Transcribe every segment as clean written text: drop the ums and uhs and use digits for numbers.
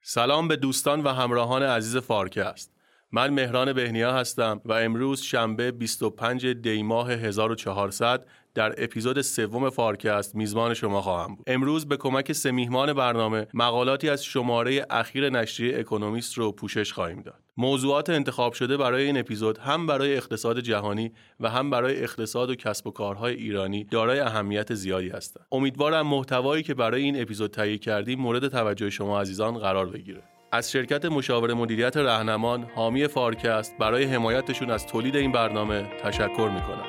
سلام به دوستان و همراهان عزیز فارکست. من مهران بهنیا هستم و امروز شنبه 25 دی ماه 1400 در اپیزود سوم فارکست میزبان شما خواهم بود. امروز به کمک سه میهمان برنامه مقالاتی از شماره اخیر نشریه اکونومیست رو پوشش خواهیم داد. موضوعات انتخاب شده برای این اپیزود هم برای اقتصاد جهانی و هم برای اقتصاد و کسب و کارهای ایرانی دارای اهمیت زیادی هستند. امیدوارم محتوایی که برای این اپیزود تهیه کردیم مورد توجه شما عزیزان قرار بگیره. از شرکت مشاور مدیریت رهنمان حامی فارکست برای حمایتشون از تولید این برنامه تشکر میکنم.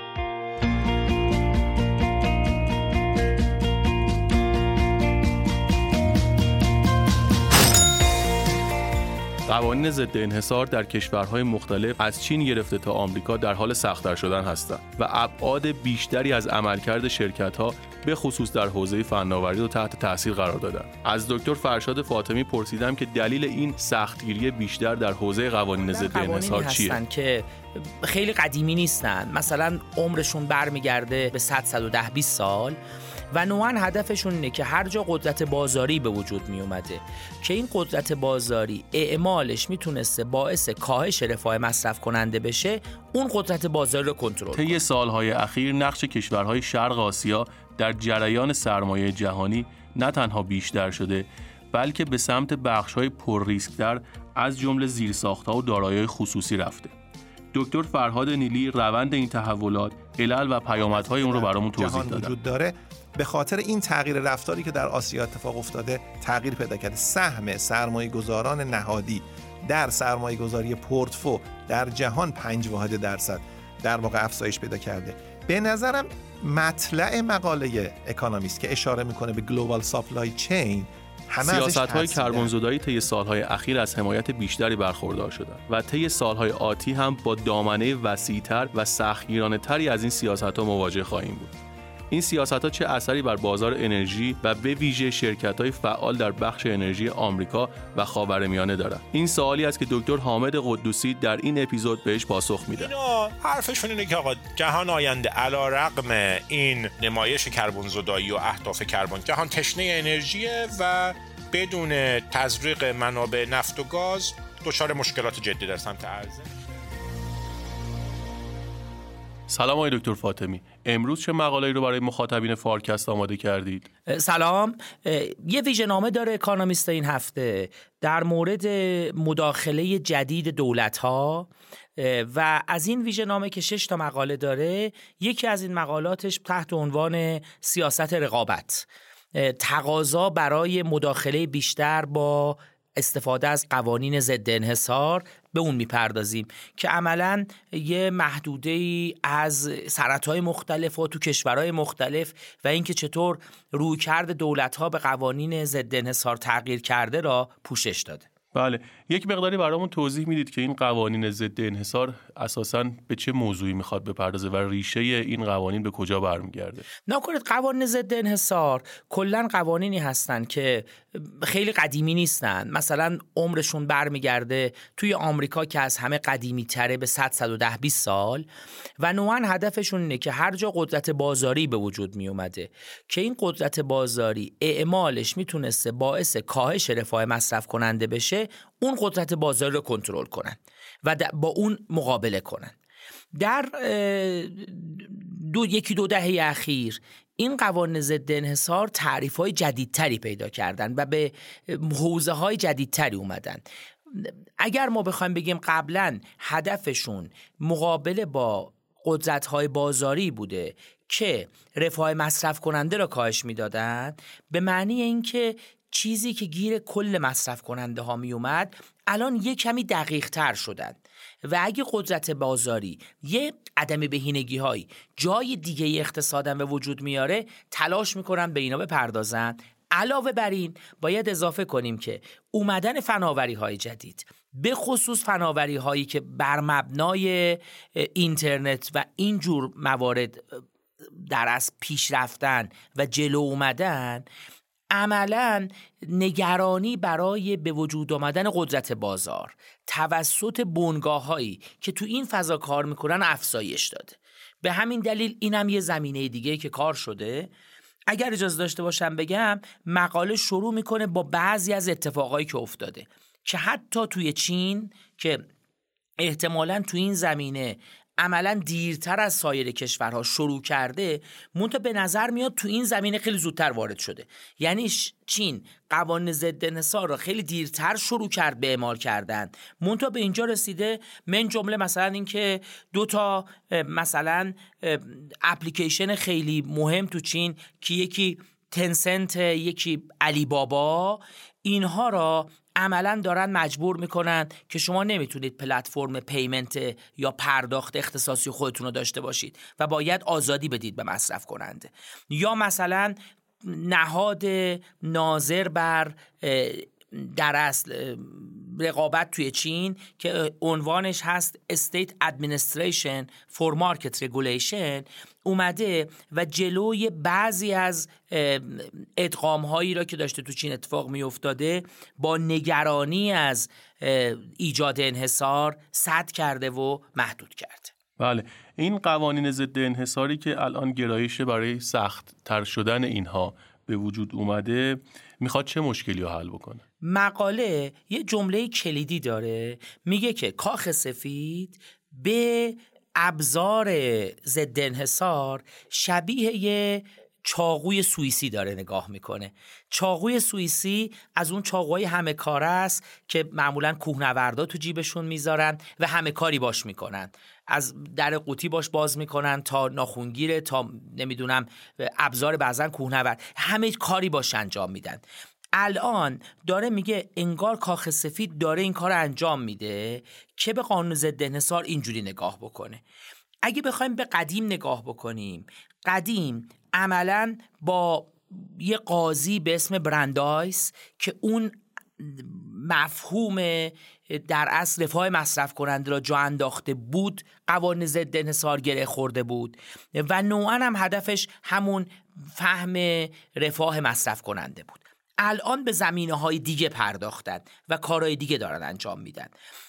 قوانین ضد انحصار در کشورهای مختلف از چین گرفته تا آمریکا در حال سخت‌تر شدن هستند و ابعاد بیشتری از عملکرد شرکت‌ها به خصوص در حوزه فناوری رو تحت تاثیر قرار دادن. از دکتر فرشاد فاطمی پرسیدم که دلیل این سختگیری بیشتر در حوزه قوانین ضد انحصار چیه؟ هستن که خیلی قدیمی نیستن، مثلا عمرشون برمیگرده به 100-110 سال و نوعاً هدفشون اینه که هر جا قدرت بازاری به وجود می اومده که این قدرت بازاری اعمالش میتونسته باعث کاهش رفاه مصرف کننده بشه، اون قدرت بازاری رو کنترل کنه. طی سالهای اخیر نقش کشورهای شرق آسیا در جریان سرمایه جهانی نه تنها بیشتر شده بلکه به سمت بخش‌های پر ریسک‌تر از جمله زیرساخت‌ها و دارایی‌های خصوصی رفته. دکتر فرهاد نیلی روند این تحولات، علل و پیامدهای اون رو برامون توضیح دادن. وجود داره به خاطر این تغییر رفتاری که در آسیا اتفاق افتاده تغییر پیدا کرده. سهم سرمایه‌گذاران نهادی در سرمایه‌گذاری پورتفو در جهان 5% در واقع افزایش پیدا کرده. به نظرم مطلع مقاله اکونومیست که اشاره میکنه به گلوبال ساپلای چین، سیاست‌های کربن‌زدایی طی سال‌های اخیر از حمایت بیشتری برخوردار شدند و طی سال‌های آتی هم با دامنه وسیع‌تر و سختگیرانه‌تری از این سیاست‌ها مواجه خواهیم بود. این سیاست‌ها چه اثری بر بازار انرژی و به ویژه شرکت‌های فعال در بخش انرژی آمریکا و خاورمیانه دارند؟ این سوالی است که دکتر حامد قدوسی در این اپیزود بهش پاسخ میده. اینا حرفشون اینه که آقا جهان آینده علیرغم این نمایش کربن‌زدایی و اهداف کربن، جهان تشنه انرژیه و بدون تزریق منابع نفت و گاز دچار مشکلات جدی در سمت عرضه. سلام آقای دکتر فاطمی، امروز چه مقاله‌ای رو برای مخاطبین فارکست آماده کردید؟ سلام. یه ویژه‌نامه داره اکونومیست این هفته در مورد مداخله جدید دولت‌ها و از این ویژه‌نامه که 6 تا مقاله داره، یکی از این مقالاتش تحت عنوان سیاست رقابت، تقاضا برای مداخله بیشتر با استفاده از قوانین ضد انحصار، به اون میپردازیم که عملاً یه محدوده‌ای از سرطان‌های مختلف و تو کشورهای مختلف و اینکه چطور رویکرد دولت‌ها به قوانین ضد انحصار تغییر کرده را پوشش داده. بله، یک مقداری برامون توضیح میدید که این قوانین ضد انحصار اساساً به چه موضوعی میخواد بپردازه و ریشه این قوانین به کجا برمیگرده؟ نکنید قوانین ضد انحصار کلاً قوانینی هستن که خیلی قدیمی نیستن، مثلا عمرشون برمیگرده توی آمریکا که از همه قدیمی تره به 100-110 سال و نوعاً هدفشون اینه که هر جا قدرت بازاری به وجود می اومده که این قدرت بازاری اعمالش میتونسته باعث کاهش رفاه مصرف کننده بشه، اون قدرت بازاری رو کنترل کنن و با اون مقابله کنن. در یکی دو دهه اخیر این قوانین ضد انحصار تعریف‌های جدیدتری پیدا کردن و به حوزه‌های جدیدتری اومدن. اگر ما بخوایم بگیم قبلاً هدفشون مقابله با قدرت‌های بازاری بوده که رفاه مصرف کننده را کاهش میدادن، به معنی اینکه چیزی که گیر کل مصرف کننده ها می اومد الان یه کمی دقیق تر شدن و اگه قدرت بازاری یه عدم بهینگی هایی جای دیگه اقتصادن به وجود میاره، تلاش میکنن به اینا بپردازن. علاوه بر این باید اضافه کنیم که اومدن فناوری های جدید، به خصوص فناوری هایی که بر مبنای اینترنت و اینجور موارد در از پیش رفتن و جلو اومدن، عملاً نگرانی برای به وجود آمدن قدرت بازار توسط بنگاه‌هایی که تو این فضا کار میکنن افزایش داده. به همین دلیل اینم یه زمینه دیگه که کار شده. اگر اجازه داشته باشم بگم، مقاله شروع میکنه با بعضی از اتفاقایی که افتاده که حتی توی چین که احتمالاً تو این زمینه عملاً دیرتر از سایر کشورها شروع کرده، منتها به نظر میاد تو این زمینه خیلی زودتر وارد شده. یعنی چین قوانین ضد انحصار را خیلی دیرتر شروع کرد به اعمال کردن، منتها به اینجا رسیده. من جمله مثلا این که 2 تا مثلا اپلیکیشن خیلی مهم تو چین که یکی تنسنت، یکی علی بابا، اینها را عملاً دارن مجبور میکنن که شما نمیتونید پلتفرم پیمنت یا پرداخت اختصاصی خودتون رو داشته باشید و باید آزادی بدید به مصرف کننده. یا مثلا نهاد ناظر بر در اصل رقابت توی چین که عنوانش هست State Administration for Market Regulation اومده و جلوی بعضی از ادغام هایی را که داشته تو چین اتفاق می افتاده با نگرانی از ایجاد انحصار سد کرده و محدود کرده. بله، این قوانین ضد انحصاری که الان گرایش برای سخت تر شدن اینها به وجود اومده میخواد چه مشکلی رو حل بکنه؟ مقاله یه جمله کلیدی داره، میگه که کاخ سفید به ابزار ضد انحصار شبیه یه چاقوی سوئیسی داره نگاه میکنه. چاقوی سوئیسی از اون چاقوهای همه کاره است که معمولاً کوهنوردا تو جیبشون میذارن و همه کاری باش میکنن، از در قوطی باش باز میکنن تا ناخونگیره تا نمیدونم ابزار بعضن کوهنورد، همه کاری باش انجام میدن. الان داره میگه انگار کاخ سفید داره این کار انجام میده که به قانون ضد انحصار اینجوری نگاه بکنه. اگه بخوایم به قدیم نگاه بکنیم، قدیم عملاً با یه قاضی به اسم برندایس که اون مفهوم در اصل رفاه مصرف کننده را جا انداخته بود، قوانین ضد انحصار گره خورده بود و نوعاً هم هدفش همون فهم رفاه مصرف کننده بود. الان به زمینه‌های دیگه پرداختن و کارهای دیگه دارن انجام میدن.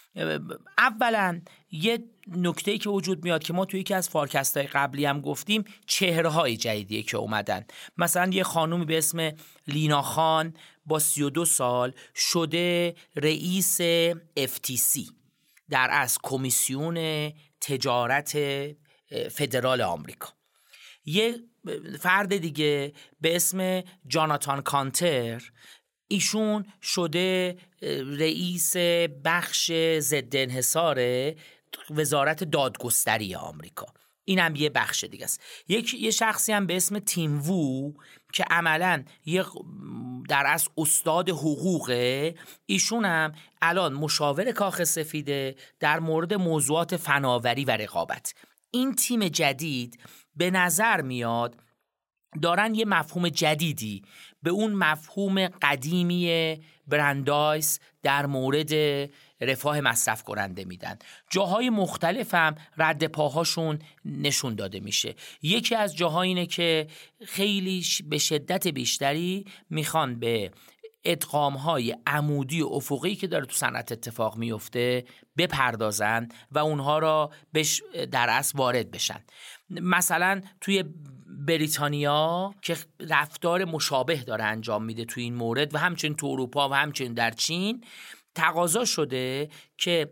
اولا یه نکته‌ای که وجود میاد که ما توی یکی از فارکست‌های قبلی هم گفتیم، چهره‌های جدیدیه که اومدن. مثلا یه خانومی به اسم لینا خان با 32 سال شده رئیس FTC، در اصل کمیسیون تجارت فدرال آمریکا. یه فرد دیگه به اسم جاناتان کانتر، ایشون شده رئیس بخش ضد انحصار وزارت دادگستری آمریکا. این هم یه بخش دیگه است. یه شخصی هم به اسم تیم وو که عملاً یه در اصل استاد حقوقه، ایشون هم الان مشاور کاخ سفیده در مورد موضوعات فناوری و رقابت. این تیم جدید به نظر میاد دارن یه مفهوم جدیدی به اون مفهوم قدیمی برندایس در مورد رفاه مصرف کننده میدن. جاهای مختلف هم رد پاهاشون نشون داده میشه. یکی از جاها اینه که خیلی به شدت بیشتری میخوان به ادغام‌های عمودی و افقی که داره تو صنعت اتفاق میفته بپردازن و اونها را در اصل وارد بشن. مثلا توی بریتانیا که رفتار مشابه داره انجام میده تو این مورد و همچنین تو اروپا و همچنین در چین، تقاضا شده که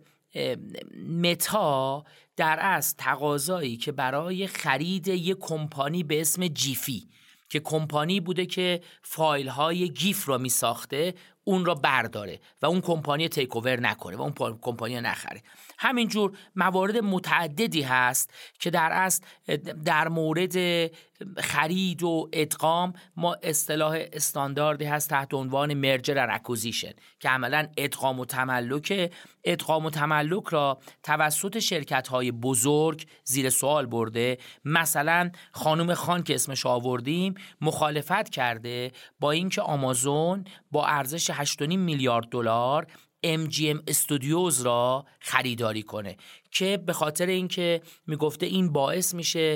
متا در اصل تقاضایی که برای خرید یک کمپانی به اسم جیفی که کمپانی بوده که فایل های گیف را می ساخته، اون را برداره و اون کمپانی تیک اوور نکنه و اون کمپانی نخره. همینجور موارد متعددی هست که در اصل در مورد خرید و ادغام ما اصطلاح استانداردی هست تحت عنوان مرجر اند اکوزیشن که عملاً ادغام و تملک را توسط شرکت‌های بزرگ زیر سوال برده. مثلا خانم خان که اسمش آوردیم مخالفت کرده با اینکه آمازون با ارزش 8.5 میلیارد دلار MGM استودیوز را خریداری کنه که به خاطر اینکه میگفته این باعث میشه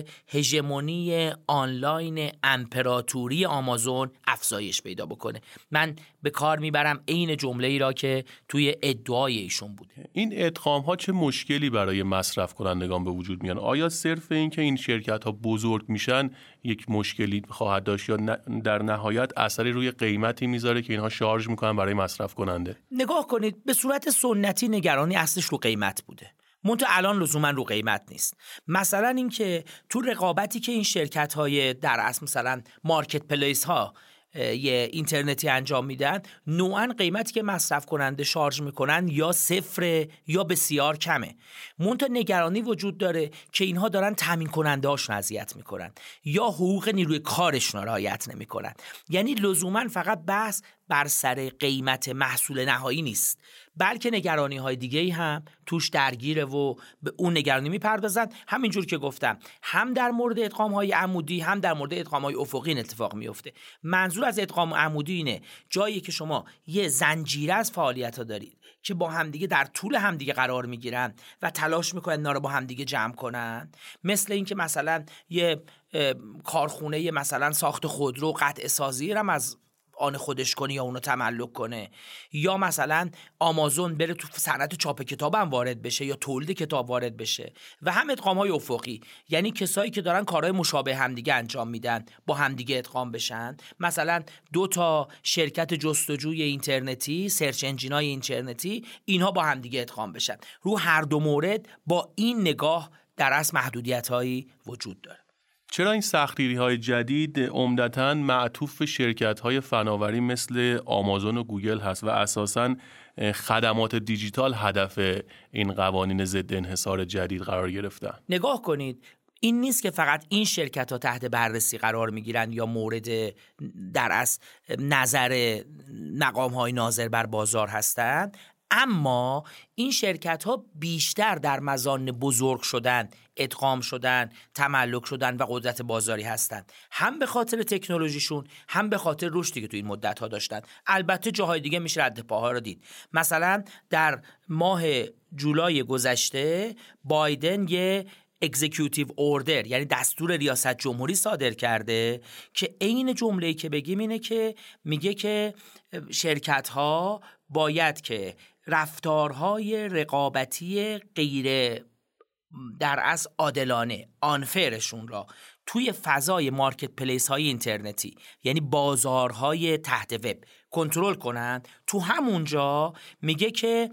هژمونی آنلاین امپراتوری آمازون افزایش پیدا بکنه. من به کار میبرم عین جمله‌ای را که توی ادعای ایشون بوده. این ادغام ها چه مشکلی برای مصرف کنندگان به وجود میان؟ آیا صرف این که این شرکت ها بزرگ میشن یک مشکلی خواهد داشت یا در نهایت اثری روی قیمتی میذاره که اینها شارژ میکنن برای مصرف کننده؟ نگاه کنید، به صورت سنتی نگرانی اصلش رو قیمت بوده، منتها الان لزوما رو قیمت نیست. مثلا این که تو رقابتی که این شرکت های در اصل مثلا مارکت پلیس ها یه اینترنتی انجام میدن، نوعاً قیمتی که مصرف کننده شارژ میکنن یا صفر یا بسیار کمه. منتها نگرانی وجود داره که اینها دارن تامین کننده هاشون اذیت میکنن یا حقوق نیروی کارشون رعایت نمیکنن. یعنی لزوما فقط بحث بر سر قیمت محصول نهایی نیست، بلکه نگرانی های دیگه‌ای هم توش درگیره و به اون نگرانی میپردازن. همینجور که گفتم، هم در مورد ادغام های عمودی هم در مورد ادغام های افقی این اتفاق میفته. منظور از ادغام عمودی اینه جایی که شما یه زنجیره از فعالیت ها دارید که با همدیگه در طول همدیگه قرار میگیرن و تلاش میکنن اینا رو با همدیگه جمع کنن. مثل اینکه مثلا یه کارخونه مثلا ساخت خودرو قطع سازی رو از آن خودش کنه یا اونو تملک کنه، یا مثلا آمازون بره تو صنعت چاپ کتاب هم وارد بشه یا تولید کتاب وارد بشه. و هم ادغام‌های افقی، یعنی کسایی که دارن کارهای مشابه همدیگه انجام میدن با همدیگه ادغام بشن. مثلا 2 شرکت جستجوی اینترنتی، سرچ انجینای اینترنتی، اینها با همدیگه ادغام بشن. رو هر دو مورد با این نگاه در اصل محدودیت‌هایی وجود داره. چرا این سختگیری‌های جدید عمدتاً معطوف به شرکت‌های فناوری مثل آمازون و گوگل هست و اساساً خدمات دیجیتال هدف این قوانین ضد انحصار جدید قرار گرفتن؟ نگاه کنید، این نیست که فقط این شرکت‌ها تحت بررسی قرار می‌گیرن یا مورد در اصل نظر مقام‌های ناظر بر بازار هستند، اما این شرکت‌ها بیشتر در مزان بزرگ شدن، ادغام شدن، تملک شدن و قدرت بازاری هستند، هم به خاطر تکنولوژیشون هم به خاطر رشدی که تو این مدت‌ها داشتن. البته جاهای دیگه میشه رد پاها رو دید. مثلا در ماه جولای گذشته بایدن یه اکزیکیوتیو اوردر، یعنی دستور ریاست جمهوری صادر کرده که عین جمله‌ای که بگیم اینه که میگه که شرکت‌ها باید که رفتارهای رقابتی غیر در اصل عادلانه آنفرشون را توی فضای مارکت پلیس های اینترنتی، یعنی بازارهای تحت وب، کنترل کنن. تو همونجا میگه که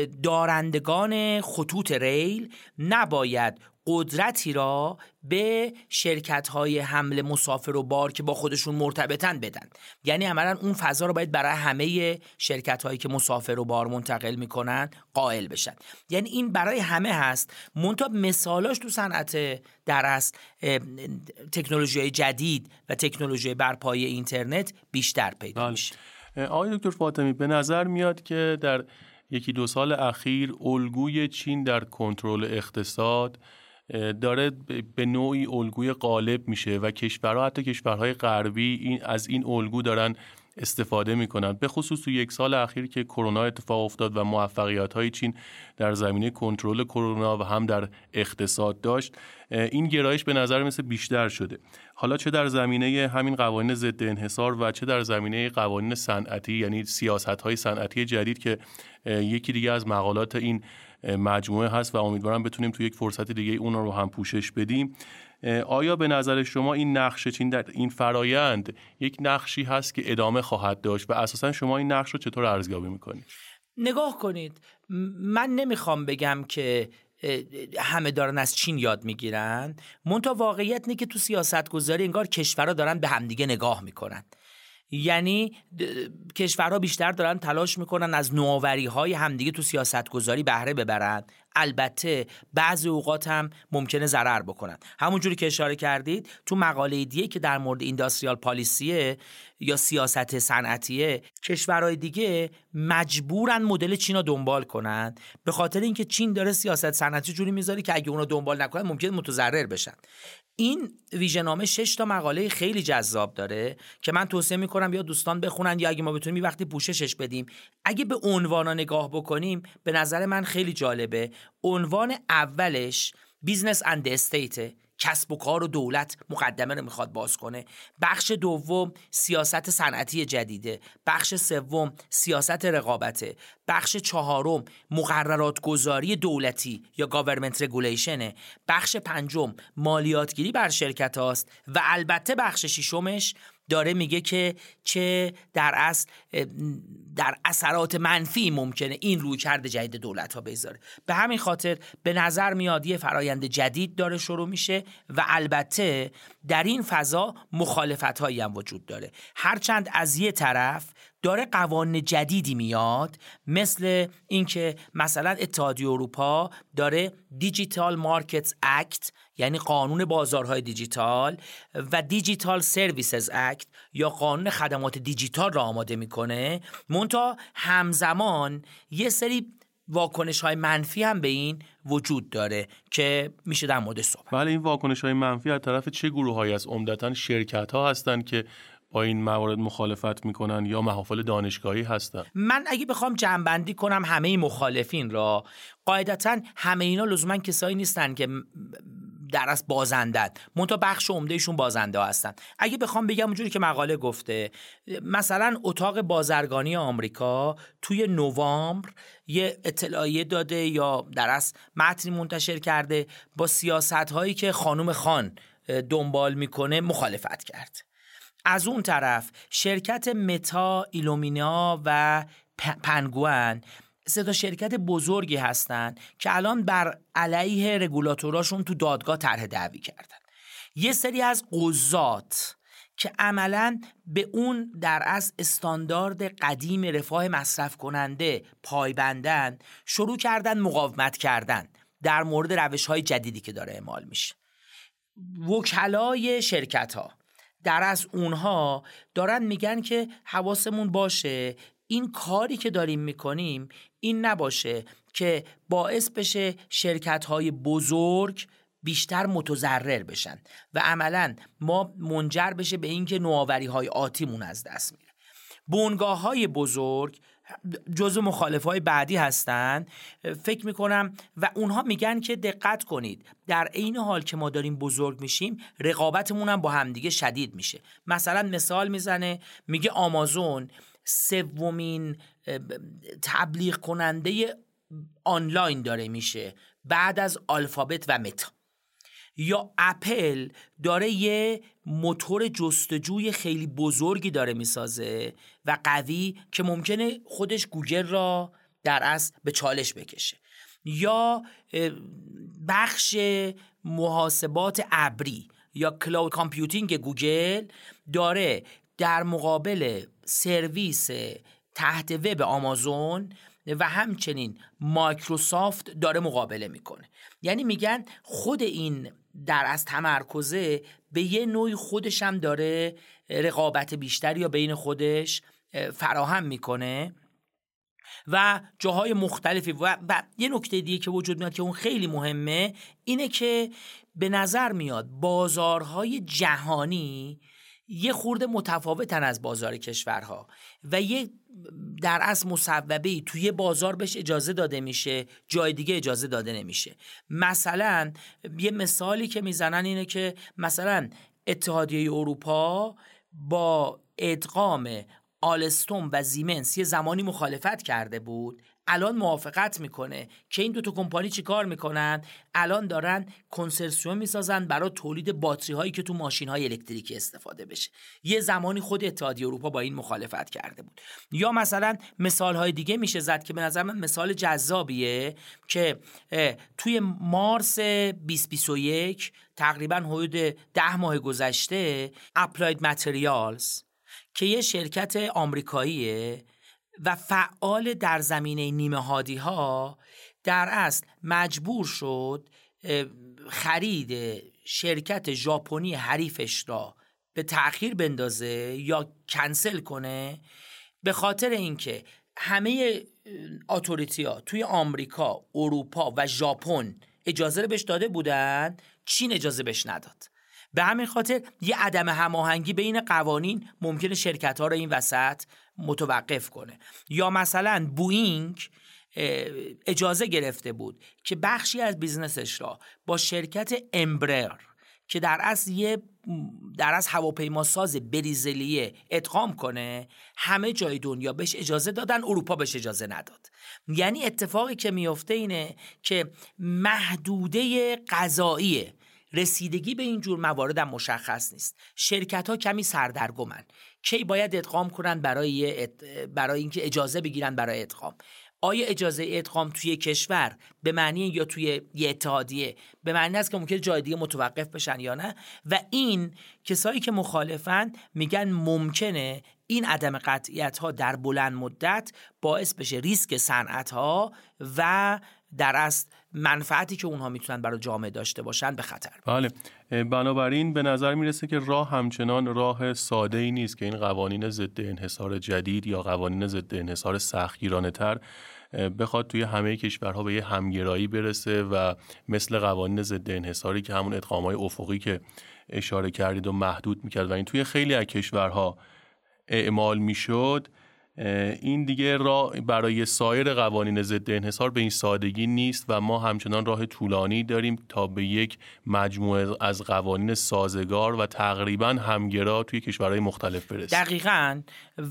دارندگان خطوط ریل نباید قدرتی را به شرکت‌های حمل مسافر و بار که با خودشون مرتبطن بدن. یعنی عملاً اون فضا رو باید برای همه شرکت‌هایی که مسافر و بار منتقل میکنن قائل بشن. یعنی این برای همه هست، منتها مثالاش تو صنعت در اصل تکنولوژی‌های جدید و تکنولوژی بر پایه اینترنت بیشتر پیدا میشه. آقای دکتر فاطمی، به نظر میاد که در 1-2 سال اخیر الگوی چین در کنترل اقتصاد داره به نوعی الگوی غالب میشه و کشورها، حتی کشورهای غربی، از این الگو دارن استفاده میکنن. به خصوص تو 1 سال اخیر که کرونا اتفاق افتاد و موفقیت‌های چین در زمینه کنترل کرونا و هم در اقتصاد داشت، این گرایش به نظر مثل بیشتر شده. حالا چه در زمینه همین قوانین ضد انحصار و چه در زمینه قوانین صنعتی، یعنی سیاست‌های صنعتی جدید که یکی دیگه از مقالات این مجموعه هست و امیدوارم بتونیم تو یک فرصت دیگه اون رو هم پوشش بدیم. آیا به نظر شما این نقش چین در این فرایند یک نقشی هست که ادامه خواهد داشت و اساسا شما این نقش رو چطور ارزیابی میکنید؟ نگاه کنید، من نمیخوام بگم که همه دارن از چین یاد میگیرن، منتها واقعیت اینه که تو سیاست گذاری انگار کشورها دارن به همدیگه نگاه میکنن. یعنی کشورها بیشتر دارن تلاش میکنن از نوآوری‌های همدیگه تو سیاستگذاری بهره ببرن. البته بعضی اوقات هم ممکنه ضرر بکنن. همونجوری که اشاره کردید تو مقاله دیگه که در مورد اینداستریال پالیسیه، یا سیاست صنعتیه، کشورهای دیگه مجبورن مدل چین رو دنبال کنن، به خاطر اینکه چین داره سیاست صنعتی جوری میذاره که اگه اون رو دنبال نکنن ممکنه متضرر بشن. این ویژنامه 6 تا مقاله خیلی جذاب داره که من توصیه میکنم یا دوستان بخونن یا اگه ما بتونیم یه وقتی پوششش بدیم. اگه به عنوانا نگاه بکنیم به نظر من خیلی جالبه. عنوان اولش بیزنس اند استیت، کسب و کار و دولت مقدمه رو میخواد باز کنه. بخش دوم سیاست صنعتی جدیده. بخش سوم سیاست رقابته. بخش چهارم مقررات گذاری دولتی یا گاورمنت رگولیشنه. بخش پنجم مالیاتگیری بر شرکت هاست و البته بخش ششمش داره میگه که چه در اصل در اثرات منفی ممکنه این رویکرد جدید دولت ها بذاره. به همین خاطر به نظر میاد یه فرایند جدید داره شروع میشه و البته در این فضا مخالفت هایی هم وجود داره. هرچند از یه طرف داره قوانین جدیدی میاد، مثل اینکه مثلا اتحادیه اروپا داره دیجیتال مارکتس اکت یعنی قانون بازارهای دیجیتال و دیجیتال سرویسز اکت یا قانون خدمات دیجیتال را آماده میکنه، منتها همزمان یه سری واکنش‌های منفی هم به این وجود داره که میشه در مورد صحبت. بله، این واکنش‌های منفی از طرف چه گروه‌هایی است؟ عمدتاً شرکت‌ها هستن که با این موارد مخالفت میکنن یا محافل دانشگاهی هستن؟ من اگه بخوام جمع‌بندی کنم همه مخالفین را، قاعدتاً همه اینا لزوما کسایی نیستن که در اصل بازندن، منتها بخش عمدهشون بازنده هستن. اگه بخوام بگم اونجوری که مقاله گفته، مثلا اتاق بازرگانی آمریکا توی نوامبر یه اطلاعیه داده یا در اصل متنی منتشر کرده با سیاست‌هایی که خانم خان دنبال میکنه مخالفت کرد. از اون طرف شرکت متا، ایلومینا و پنگوئن سه تا شرکت بزرگی هستن که الان بر علیه رگولاتوراشون تو دادگاه طرح دعوی کردن. یه سری از قضات که عملاً به اون در اصل استاندارد قدیم رفاه مصرف کننده پایبندن، شروع کردن مقاومت کردن در مورد روش‌های جدیدی که داره اعمال میشه. وکلای شرکت‌ها در از اونها دارن میگن که حواسمون باشه این کاری که داریم میکنیم این نباشه که باعث بشه شرکت‌های بزرگ بیشتر متضرر بشن و عملاً ما منجر بشه به اینکه نوآوری‌های آتیمون از دست میره. بنگاه‌های بزرگ جزو مخالفای بعدی هستن فکر میکنم و اونها میگن که دقت کنید در عین حال که ما داریم بزرگ میشیم رقابتمون هم با همدیگه شدید میشه. مثلا مثال میزنه، میگه آمازون سومین تبلیغ کننده آنلاین داره میشه بعد از آلفابت و متا، یا اپل داره یه موتور جستجوی خیلی بزرگی داره میسازه و قوی که ممکنه خودش گوگل را در اصل به چالش بکشه، یا بخش محاسبات ابری یا کلاود کامپیوتینگ گوگل داره در مقابل سرویس تحت وب آمازون و همچنین مایکروسافت داره مقابله میکنه. یعنی میگن خود این در از تمرکزه به یه نوعی خودش هم داره رقابت بیشتری یا بین خودش فراهم میکنه و جاهای مختلفی. و یه نکته دیگه که وجود میاد که اون خیلی مهمه اینه که به نظر میاد بازارهای جهانی یه خورده متفاوتن از بازار کشورها و یه در اصل مصوبه‌ای توی بازار بهش اجازه داده میشه، جای دیگه اجازه داده نمیشه. مثلا یه مثالی که میزنن اینه که مثلا اتحادیه اروپا با ادغام آلستوم و زیمنس یه زمانی مخالفت کرده بود، الان موافقت میکنه که این دوتا کمپانی چی کار میکنن؟ الان دارن کنسرسیوم میسازن برای تولید باتری هایی که تو ماشین های الکتریکی استفاده بشه. یه زمانی خود اتحادیه اروپا با این مخالفت کرده بود. یا مثلا مثال های دیگه میشه زد که به نظر من مثال جذابیه که توی مارس 2021 تقریبا حدود 10 ماه گذشته اپلاید متریالز که یه شرکت آمریکاییه و فعال در زمینه نیمه هادی ها در اصل مجبور شد خرید شرکت ژاپنی حریفش را به تأخیر بندازه یا کنسل کنه، به خاطر اینکه همه اتوریتی‌ها توی آمریکا، اروپا و ژاپن اجازه رو بهش داده بودن، چین اجازه بهش نداد. به همین خاطر یه عدم هماهنگی بین قوانین ممکنه شرکت‌ها رو این وسط متوقف کنه. یا مثلا بوئینگ اجازه گرفته بود که بخشی از بیزنسش را با شرکت امبرر که در اصل هواپیما ساز بریزلیه ادغام کنه، همه جای دنیا بهش اجازه دادن، اروپا بهش اجازه نداد. یعنی اتفاقی که میفته اینه که محدوده قضایی رسیدگی به این جور موارد هم مشخص نیست. شرکت ها کمی سردرگمن کی باید ادغام کنن برای اینکه اجازه بگیرن برای ادغام. آیا اجازه ادغام توی کشور به معنی یا توی یه اتحادیه به معنی است که ممکنه جای دیگه متوقف بشن یا نه؟ و این کسایی که مخالفن میگن ممکنه این عدم قطعیت ها در بلند مدت باعث بشه ریسک صنعت ها و در اصل منفعتی که اونها میتونن برای جامعه داشته باشن به خطر. بله، بنابراین به نظر میرسه که راه همچنان راه ساده ای نیست که این قوانین ضد انحصار جدید یا قوانین ضد انحصار سختگیرانه تر بخواد توی همه کشورها به یه همگرایی برسه و مثل قوانین ضد انحصاری که همون ادغام‌های افقی که اشاره کردید و محدود میکرد و این توی خیلی از کشورها اعمال میشد، این دیگه راه برای سایر قوانین ضد انحصار به این سادگی نیست و ما همچنان راه طولانی داریم تا به یک مجموعه از قوانین سازگار و تقریباً همگرا توی کشورهای مختلف برسیم. دقیقاً.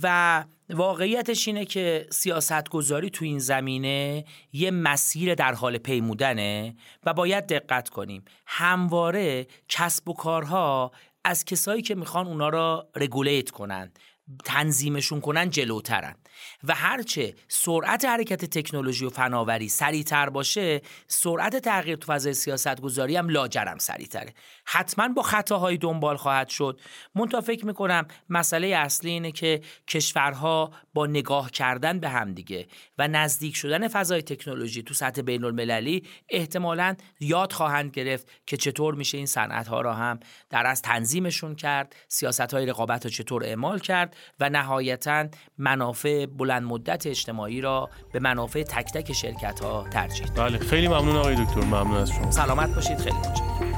و واقعیتش اینه که سیاستگذاری تو این زمینه یه مسیر در حال پیمودنه و باید دقت کنیم. همواره کسب و کارها از کسایی که میخوان اونا را رگولیت کنن، تنظیمشون کنن، جلوترن و هرچه سرعت حرکت تکنولوژی و فناوری سریعتر باشه، سرعت تغییر تو فضای سیاستگذاری هم لاجرم سریعتره. حتما با خطاهای دنبال خواهد شد. منتها فکر میکنم مسئله اصلی اینه که کشورها با نگاه کردن به هم دیگه و نزدیک شدن فضای تکنولوژی تو سطح بین المللی احتمالاً یاد خواهند گرفت که چطور میشه این صنعت‌ها را هم در از تنظیمشون کرد، سیاست‌های رقابت رو چطور اعمال کرد و نهایتاً منافع بلند مدت اجتماعی را به منافع تک تک شرکت‌ها ترجیح داد. بله، خیلی ممنون آقای دکتر، ممنون از شما. سلامت باشید. خیلی متشکرم.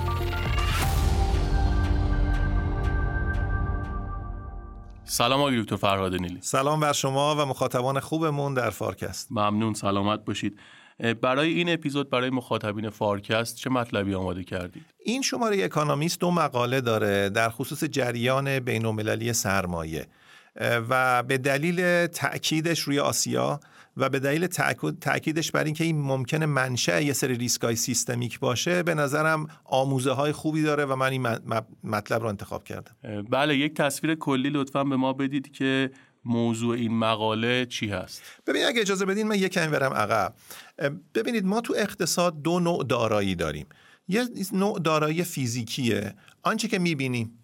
سلام آقای دکتر فرهاد نیلی. سلام بر شما و مخاطبان خوبمون در فارکست. ممنون، سلامت باشید. برای این اپیزود برای مخاطبین فارکست چه مطلبی آماده کردید؟ این شماره اکانومیست 2 مقاله داره در خصوص جریان بین‌المللی سرمایه و به دلیل تأکیدش روی آسیا و به دلیل تأکیدش بر این که این ممکنه منشأ یه سری ریسک‌های سیستمیک باشه، به نظرم آموزه‌های خوبی داره و من این مطلب رو انتخاب کردم. بله، یک تصویر کلی لطفاً به ما بدید که موضوع این مقاله چی هست؟ ببینید، اگه اجازه بدین من یکم برم عقب. ببینید، ما تو اقتصاد 2 نوع دارایی داریم. یه نوع دارایی فیزیکیه، آنچه که می‌بینیم،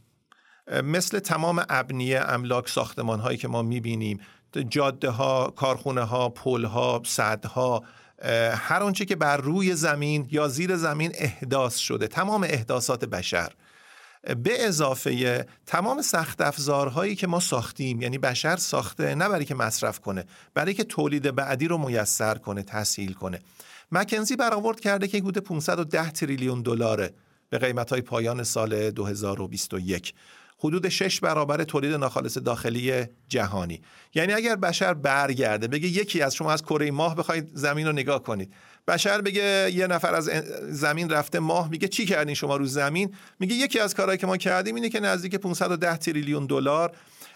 مثل تمام ابنیه، املاک، ساختمان‌هایی که ما می‌بینیم، جاده‌ها، کارخونه‌ها، پل‌ها، سدها، هر آنچه که بر روی زمین یا زیر زمین احداث شده، تمام احداثات بشر، به اضافه تمام سخت افزارهایی که ما ساختیم، یعنی بشر ساخته نه برای که مصرف کنه، برای که تولید بعدی رو میسر کنه، تسهیل کنه. مکنزی برآورد کرده که حدود 510 تریلیون دلاره به قیمت‌های پایان سال 2021، حدود 6 برابر تولید ناخالص داخلی جهانی. یعنی اگر بشر برگرده بگه یکی از شما از کره ماه بخواید زمین رو نگاه کنید، بشر بگه یه نفر از زمین رفته ماه، میگه چی کردین شما رو زمین؟ میگه یکی از کارهایی که ما کردیم اینه که نزدیک 510 تریلیون دلار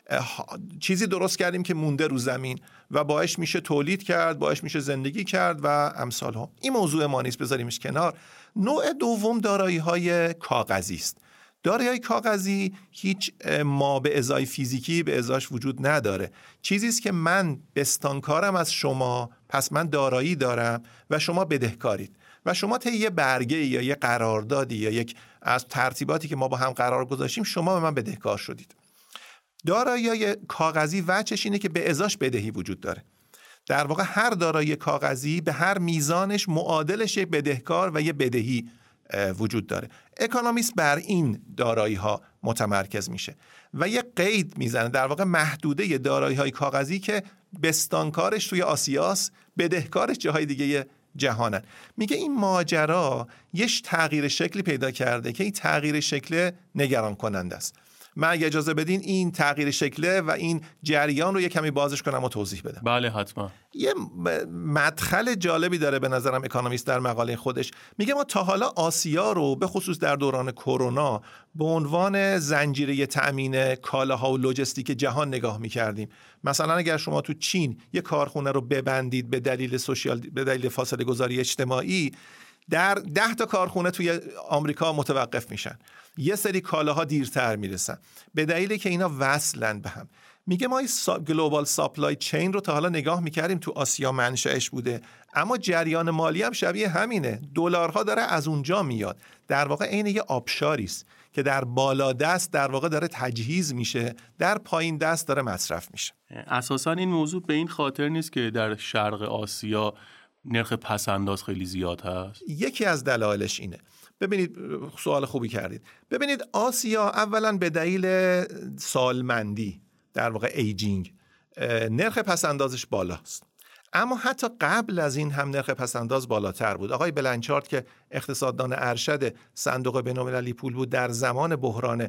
چیزی درست کردیم که مونده رو زمین و باعث میشه تولید کرد، باعث میشه زندگی کرد و امثال ها. این موضوع ما نیست، بذاریمش کنار. نوع دوم دارایی‌های کاغذی است. دارایی کاغذی هیچ ما به ازای فیزیکی به ازاش وجود نداره. چیزی است که من بستانکارم از شما، پس من دارایی دارم و شما بدهکارید و شما طی یه برگه یا یه قراردادی یا یک از ترتیباتی که ما با هم قرار گذاشتیم شما به من بدهکار شدید. دارایی کاغذی وجهش اینه که به ازاش بدهی وجود داره. در واقع هر دارایی کاغذی به هر میزانش معادلش یک بدهکار و یه بدهی وجود داره. اکونومیست بر این دارایی ها متمرکز میشه و یه قید میزنه، در واقع محدوده دارایی های کاغذی که بستانکارش توی آسیاست، بدهکارش جاهای دیگه جهانن. میگه این ماجرا یه تغییر شکلی پیدا کرده که این تغییر شکل نگران کننده است. من اگه اجازه بدین این تغییر شکله و این جریان رو یه کمی بازش کنم و توضیح بدم. بله حتما. یه مدخل جالبی داره به نظرم اکونومیست در مقاله خودش. میگه ما تا حالا آسیا رو به خصوص در دوران کرونا به عنوان زنجیره تأمین کالاها و لوجستیک جهان نگاه میکردیم. مثلا اگر شما تو چین یه کارخونه رو ببندید به دلیل فاصله گذاری اجتماعی، در 10 تا کارخونه توی آمریکا متوقف میشن. یه سری کالاها دیرتر میرسن به دلیلی که اینا وصلن به هم. میگه ما گلوبال ساپلای چین رو تا حالا نگاه میکردیم تو آسیا منشأش بوده، اما جریان مالی هم شبیه همینه. دلارها داره از اونجا میاد. در واقع عین یه آبشاری است که در بالا دست در واقع داره تجهیز میشه، در پایین دست داره مصرف میشه. اساساً این موضوع به این خاطر نیست که در شرق آسیا نرخ پس‌انداز خیلی زیاد هست. یکی از دلایلش اینه. ببینید، سوال خوبی کردید. ببینید آسیا اولا به دلیل سالمندی، در واقع ایجینگ، نرخ پس‌اندازش بالاست. اما حتی قبل از این هم نرخ پس‌انداز بالاتر بود. آقای بلنچارد که اقتصاددان ارشد صندوق بین‌المللی پول بود، در زمان بحران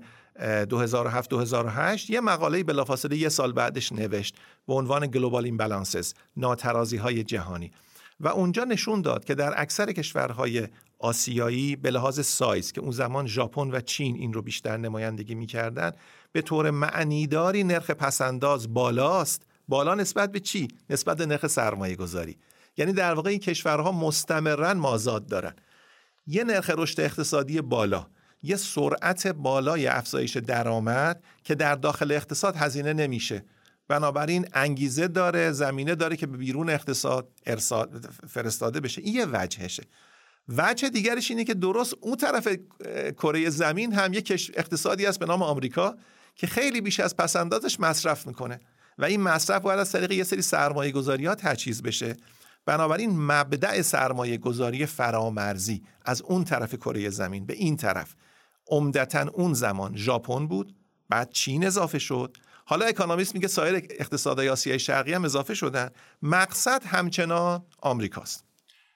2007-2008 یه مقاله بلافاصله یه سال بعدش نوشت به عنوان گلوبال ایمبالانسز، ناترازی‌های جهانی، و اونجا نشون داد که در اکثر کشورهای آسیایی به لحاظ سایز که اون زمان ژاپن و چین این رو بیشتر نمایندگی می‌کردن، به طور معنیداری نرخ پس‌انداز بالاست. بالا نسبت به چی؟ نسبت به نرخ سرمایه گذاری. یعنی در واقع این کشورها مستمراً مازاد دارن. یه نرخ رشد اقتصادی بالا، یه سرعت بالای افزایش درآمد که در داخل اقتصاد هزینه نمیشه، بنابراین انگیزه داره، زمینه داره که به بیرون اقتصاد فرستاده بشه. این یه وجهشه. وجه دیگرش اینه که درست اون طرف کره زمین هم یک اقتصادی هست به نام آمریکا که خیلی بیش از پس‌اندازش مصرف میکنه و این مصرف باید از طریق یه سری سرمایه گذاری‌ها تجهیز بشه. بنابراین مبدأ سرمایه گذاری فرامرزی از اون طرف کره زمین به این طرف عمدتاً اون زمان ژاپن بود، بعد چین اضافه شد، حالا اکونومیست میگه سایر اقتصادهای آسیای شرقی هم اضافه شدن، مقصد همچنان آمریکاست.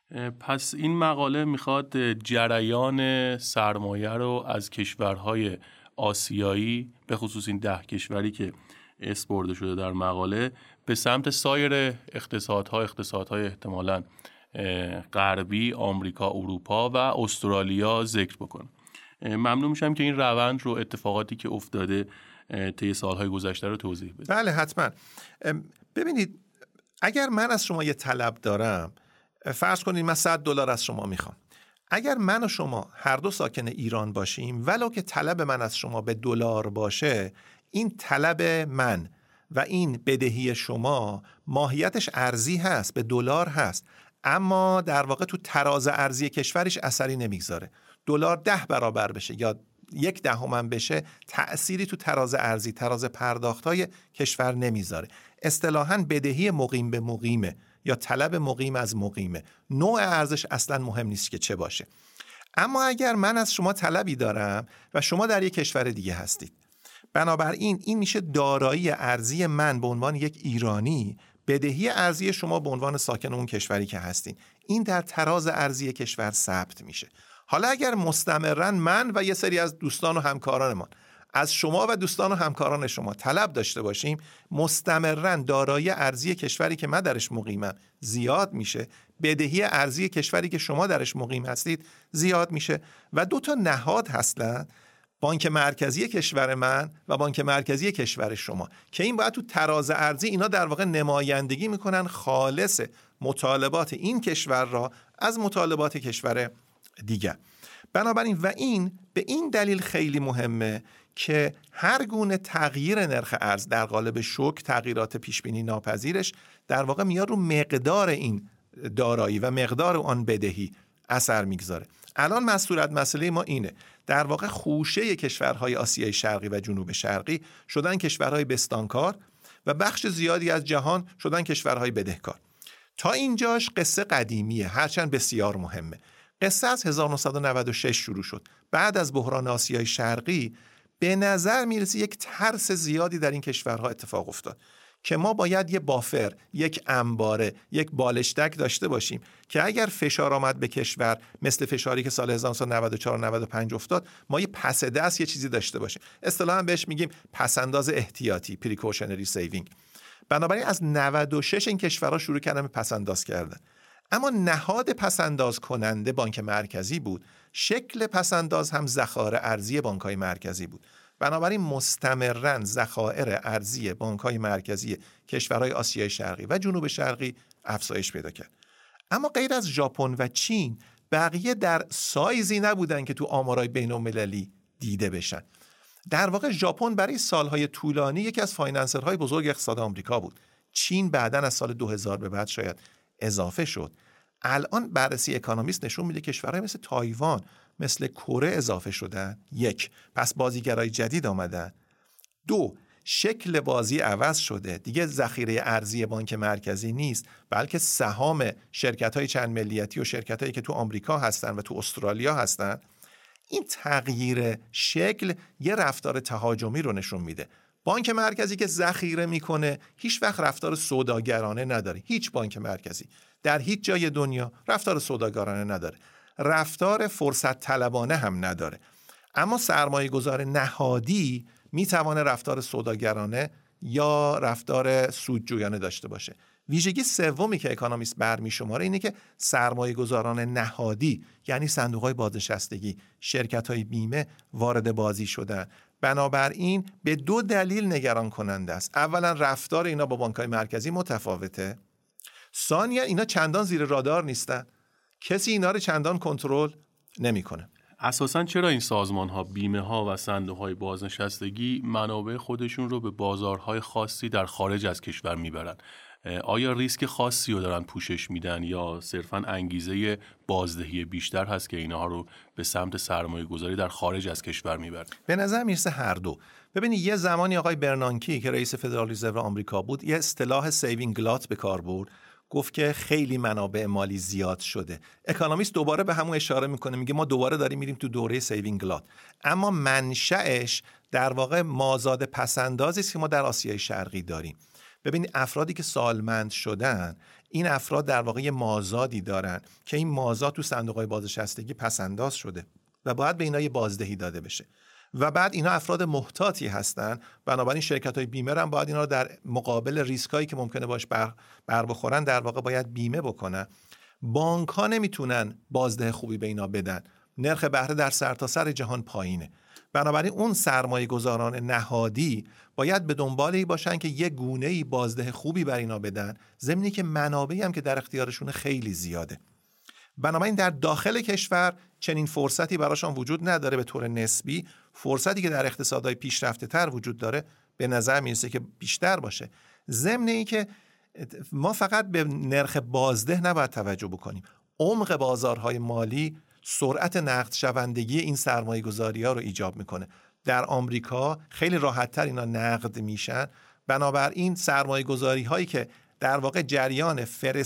پس این مقاله میخواد جریان سرمایه رو از کشورهای آسیایی، به خصوص این 10 کشوری که اسپرده شده در مقاله، به سمت سایر اقتصادهای احتمالاً غربی، آمریکا، اروپا و استرالیا ذکر بکنه. ممنون میشم که این روند رو، اتفاقاتی که افتاده طی سالهای گذشته رو توضیح بدید. بله حتما. ببینید، اگر من از شما یه طلب دارم، فرض کنید من $100 از شما میخوام. اگر من و شما هر دو ساکن ایران باشیم، ولو که طلب من از شما به دلار باشه، این طلب من و این بدهی شما ماهیتش ارزی هست، به دلار هست، اما در واقع تو تراز ارزی کشورش اثری نمیگذاره. دلار 10 برابر بشه یا 0.1 بشه، تأثیری تو تراز ارزی، تراز پرداخت‌های کشور نمیذاره. اصطلاحاً بدهی مقیم به مقیمه یا طلب مقیم از مقیمه. نوع ارزش اصلاً مهم نیست که چه باشه. اما اگر من از شما طلبی دارم و شما در یک کشور دیگه هستید، بنابراین این میشه دارایی ارزی من به عنوان یک ایرانی، بدهی ارزی شما به عنوان ساکن اون کشوری که هستین. این در تراز ارزی کشور ثبت میشه. حالا اگر مستمرن من و یه سری از دوستان و همکارانمان از شما و دوستان و همکاران شما طلب داشته باشیم، مستمرن دارایی ارزی کشوری که من درش مقیمم زیاد میشه، بدهی ارزی کشوری که شما درش مقیم هستید زیاد میشه و 2 تا نهاد هستن، بانک مرکزی کشور من و بانک مرکزی کشور شما، که این باید تو تراز ارزی اینا در واقع نمایندگی میکنن خالص مطالبات این کشور را از مطالبات کشور دیگر. بنابراین و این به این دلیل خیلی مهمه که هر گونه تغییر نرخ ارز در قالب شوک، تغییرات پیشبینی ناپذیرش، در واقع میاد رو مقدار این دارایی و مقدار آن بدهی اثر میگذاره. الان مسئله ما اینه، در واقع خوشه کشورهای آسیای شرقی و جنوب شرقی شدن کشورهای بستانکار و بخش زیادی از جهان شدن کشورهای بدهکار. تا اینجاش قصه قدیمیه، هرچند بسیار مهمه. قصه از 1996 شروع شد. بعد از بحران آسیای شرقی به نظر میرسه یک ترس زیادی در این کشورها اتفاق افتاد که ما باید یه بافر، یک انباره، یک بالشتک داشته باشیم که اگر فشار آمد به کشور مثل فشاری که سال 1994-95 افتاد، ما یه پس دست یه چیزی داشته باشیم. اصطلاحاً بهش میگیم پسنداز احتیاطی، پریکوشنری سیوینگ. بنابراین از 96 این کشورها شروع کردن به پسنداز کردن. اما نهاد پسنداز کننده بانک مرکزی بود. شکل پسنداز هم ذخایر ارزی بانک‌های مرکزی بود. بنابراین مستمراً ذخایر ارزی بانک‌های مرکزی کشورهای آسیای شرقی و جنوب شرقی افزایش پیدا کرد. اما غیر از ژاپن و چین، بقیه در سایزی نبودن که تو آمارهای بین‌المللی دیده بشن. در واقع ژاپن برای سالهای طولانی یکی از فایننسرهای بزرگ اقتصاد آمریکا بود. چین بعداً از سال 2000 به بعد شاید اضافه شد. الان بررسی اکونومیست نشون میده کشورهای مثل تایوان، مثل کره اضافه شدن. یک، پس بازیگرای جدید آمدن. دو، شکل بازی عوض شده. دیگه ذخیره ارزی بانک مرکزی نیست، بلکه سهام شرکت‌های چند ملیتی و شرکت‌هایی که تو آمریکا هستن و تو استرالیا هستن. این تغییر شکل یه رفتار تهاجمی رو نشون میده. بانک مرکزی که ذخیره میکنه هیچ وقت رفتار سوداگرانه نداره. هیچ بانک مرکزی در هیچ جای دنیا رفتار سوداگرانه نداره. رفتار فرصت طلبانه هم نداره. اما سرمایه گذار نهادی میتونه رفتار سوداگرانه یا رفتار سودجویانه داشته باشه. ویژگی سومی که اکونومیست برمی‌شماره اینه که سرمایه گذاران نهادی، یعنی صندوق‌های بازنشستگی، شرکت‌های بیمه وارد بازی شدن. بنابراین به دو دلیل نگران کننده است. اولا رفتار اینا با بانک‌های مرکزی متفاوته. ثانیا اینا چندان زیر رادار نیستن. کسی اینا رو چندان کنترل نمی‌کنه. اساساً چرا این سازمان‌ها، بیمه‌ها و صندوق‌های بازنشستگی منابع خودشون رو به بازارهای خاصی در خارج از کشور میبرن؟ آیا ریسک خاصی رو دارن پوشش میدن یا صرفاً انگیزه بازدهی بیشتر هست که اینها رو به سمت سرمایه گذاری در خارج از کشور میبرن؟ به نظر میرسه هر دو. ببینید یه زمانی آقای برنانکی که رئیس فدرال رزرو آمریکا بود یه اصطلاح سیوینگ گلات به کار برد. گفت که خیلی منابع مالی زیاد شده. اکونومیست دوباره به همون اشاره میکنه، میگه ما دوباره داریم میریم تو دوره سیوینگ گلات. اما منشأش در واقع مازاد پسندازی است که ما در آسیای شرقی داریم. ببینید افرادی که سالمند شدن، این افراد در واقع یه مازادی دارن که این مازاد تو صندوق‌های بازنشستگی پسنداز شده و باید به اینا یه بازدهی داده بشه. و بعد اینا افراد محتاطی هستن، بنابراین شرکت‌های بیمه هم باید اینا رو در مقابل ریسکایی که ممکنه باش بر بخورن در واقع باید بیمه بکنن. بانک‌ها نمیتونن بازده خوبی به اینا بدن. نرخ بهره در سرتاسر جهان پایینه. بنابراین اون سرمایه گذاران نهادی باید به دنبالی باشن که یه گونه‌ای بازده خوبی بر اینا بدن، ضمنی که منابعی هم که در اختیارشون خیلی زیاده. بنابراین در داخل کشور چنین فرصتی براشون وجود نداره به طور نسبی. فرصتی که در اقتصادهای پیشرفته تر وجود داره به نظر میرسه که بیشتر باشه. ضمن این که ما فقط به نرخ بازده نباید توجه بکنیم. عمق بازارهای مالی سرعت نقد شوندگی این سرمایه گذاری ها رو ایجاب میکنه. در آمریکا خیلی راحت تر اینا نقد میشن. بنابراین سرمایه گذاری هایی که در واقع جریان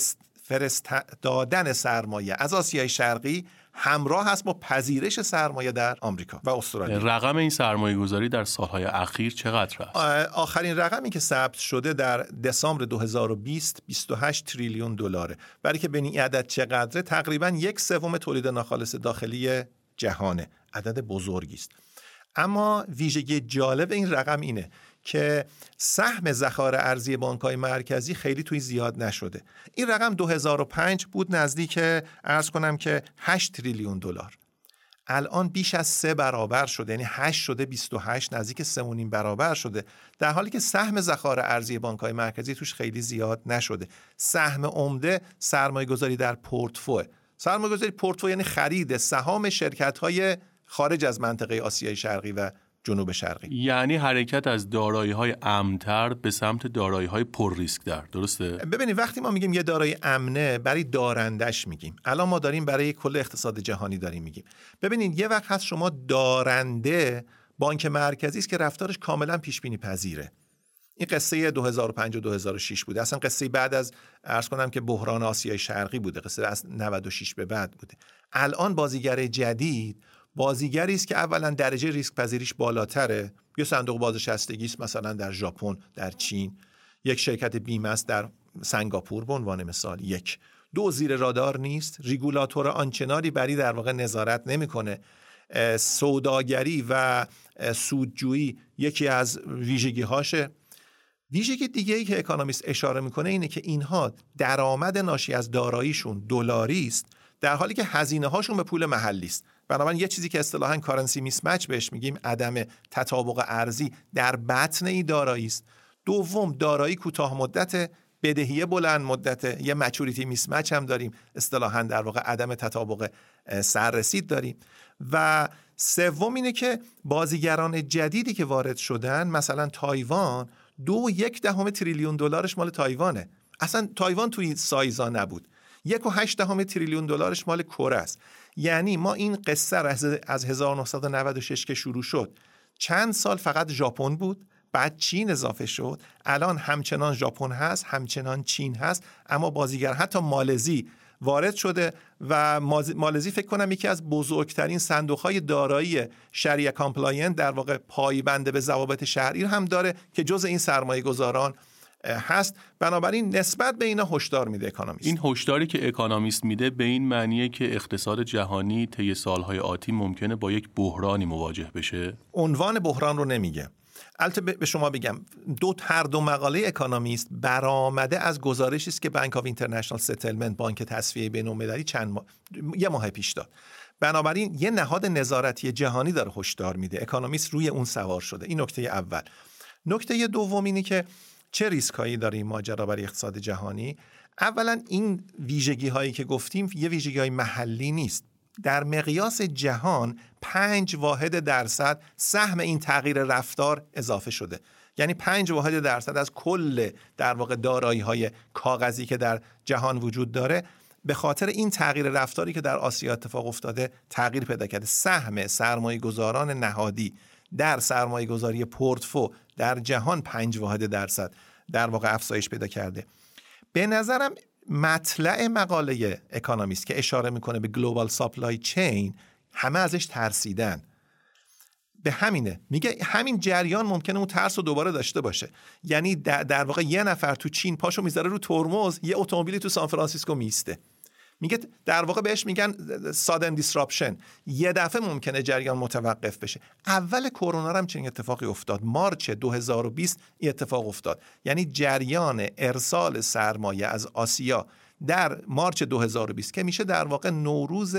فرست دادن سرمایه از آسیای شرقی همراه هست با پذیرش سرمایه در آمریکا و استرالیا. رقم این سرمایه گذاری در سالهای اخیر چقدر است؟ آخرین رقمی که ثبت شده در دسامبر 2020 28 تریلیون دلاره. برای که ببینید عدد چقدره، تقریبا 1/3 تولید ناخالص داخلی جهانه. عدد بزرگی است. اما ویژگی جالب این رقم اینه که سهم ذخایر ارزی بانک‌های مرکزی خیلی توی زیاد نشده. این رقم 2005 بود نزدیک عرض کنم که 8 تریلیون دلار. الان بیش از 3 برابر شده، یعنی 8 شده 28، نزدیک 3.5 برابر شده، در حالی که سهم ذخایر ارزی بانک‌های مرکزی توش خیلی زیاد نشده. سهم عمده سرمایه‌گذاری در پورتفوی. سرمایه‌گذاری پورتفوی یعنی خرید سهام شرکت‌های خارج از منطقه آسیای شرقی و جنوب شرقی، یعنی حرکت از دارایی‌های امن‌تر به سمت دارایی‌های پر ریسک‌تر. درسته؟ ببینید وقتی ما میگیم یه دارایی امنه، برای دارندش میگیم. الان ما داریم برای کل اقتصاد جهانی داریم میگیم. ببینید یه وقت هست شما دارنده بانک مرکزی است که رفتارش کاملا پیش بینی پذیره. این قصه 2005 و 2006 بوده. اصلا قصه بعد از عرض کنم که بحران آسیای شرقی بوده، قصه از 96 به بعد بوده. الان بازیگر جدید بازیگری است که اولا درجه ریسک پذیریش بالاتره، یه صندوق بازنشستگی است مثلا در ژاپن، در چین، یک شرکت بیمه است در سنگاپور به عنوان مثال. یک، دو، زیر رادار نیست، ریگولاتور آنچنانی بری در واقع نظارت نمیکنه. سوداگری و سودجویی یکی از ویژگی هاشه. ویژگی دیگه ای که اکونومیست اشاره میکنه اینه که اینها درآمد ناشی از داراییشون دلاری است، در حالی که هزینه هاشون به پول محلی است. بنابراین یه چیزی که اصطلاحاً کارنسی میسمچ بهش میگیم، عدم تطابق ارزی در بطن این دارایی است. دوم، دارایی کوتاه مدت، بدهی بلند مدت، یه مچوریتی میسمچ هم داریم، اصطلاحاً در واقع عدم تطابق سررسید داریم. و سوم اینه که بازیگران جدیدی که وارد شدن، مثلا تایوان، 2.1 تریلیون دلارش مال تایوانه. اصلا تایوان توی سایزا نبود. 1.8 تریلیون دلارش مال کره است. یعنی ما این قصه را از 1996 که شروع شد، چند سال فقط ژاپن بود، بعد چین اضافه شد، الان همچنان ژاپن هست، همچنان چین هست، اما بازیگر حتی مالزی وارد شده و مالزی فکر کنم یکی از بزرگترین صندوق‌های دارایی شریعه کامپلاینت، در واقع پایبند به ضوابط شرعی هم داره که جز این سرمایه‌گذاران هست. بنابراین نسبت به اینا هشدار میده اکونومیست. این هشداری که اکونومیست میده به این معنیه که اقتصاد جهانی طی سالهای آتی ممکنه با یک بحرانی مواجه بشه. عنوان بحران رو نمیگه. البته به شما بگم هر دو مقاله اکونومیست برآمده از گزارشی است که بانک آف اینترنشنال ستلمنت، بانک تصفیه بین‌المللی، یه ماه پیش داد. بنابراین یه نهاد نظارتی جهانی داره هشدار میده. اکونومیست روی اون سوار شده. این نکته اول. نکته دوم اینه که چه ریسکایی داره این ماجرا برای اقتصاد جهانی. اولا این ویژگی هایی که گفتیم یه ویژگی های محلی نیست. در مقیاس جهان 5% سهم این تغییر رفتار اضافه شده. یعنی 5% از کل در واقع دارایی های کاغذی که در جهان وجود داره به خاطر این تغییر رفتاری که در آسیا اتفاق افتاده تغییر پیدا کرده. سهم سرمایه گذاران نهادی در سرمایه گذاری پورتفو در جهان 5% در واقع افزایش پیدا کرده. به نظرم مطلع مقاله اکونومیست که اشاره میکنه به گلوبال سپلای چین، همه ازش ترسیدن. به همینه، میگه همین جریان ممکنه اون ترس رو دوباره داشته باشه. یعنی در واقع یه نفر تو چین پاشو میذاره رو ترمز، یه اتومبیلی تو سان فرانسیسکو میسته. میگه در واقع بهش میگن sudden disruption. یه دفعه ممکنه جریان متوقف بشه. اول کرونا هم چنین اتفاقی افتاد. مارچ 2020 این اتفاق افتاد. یعنی جریان ارسال سرمایه از آسیا در مارچ 2020 که میشه در واقع نوروز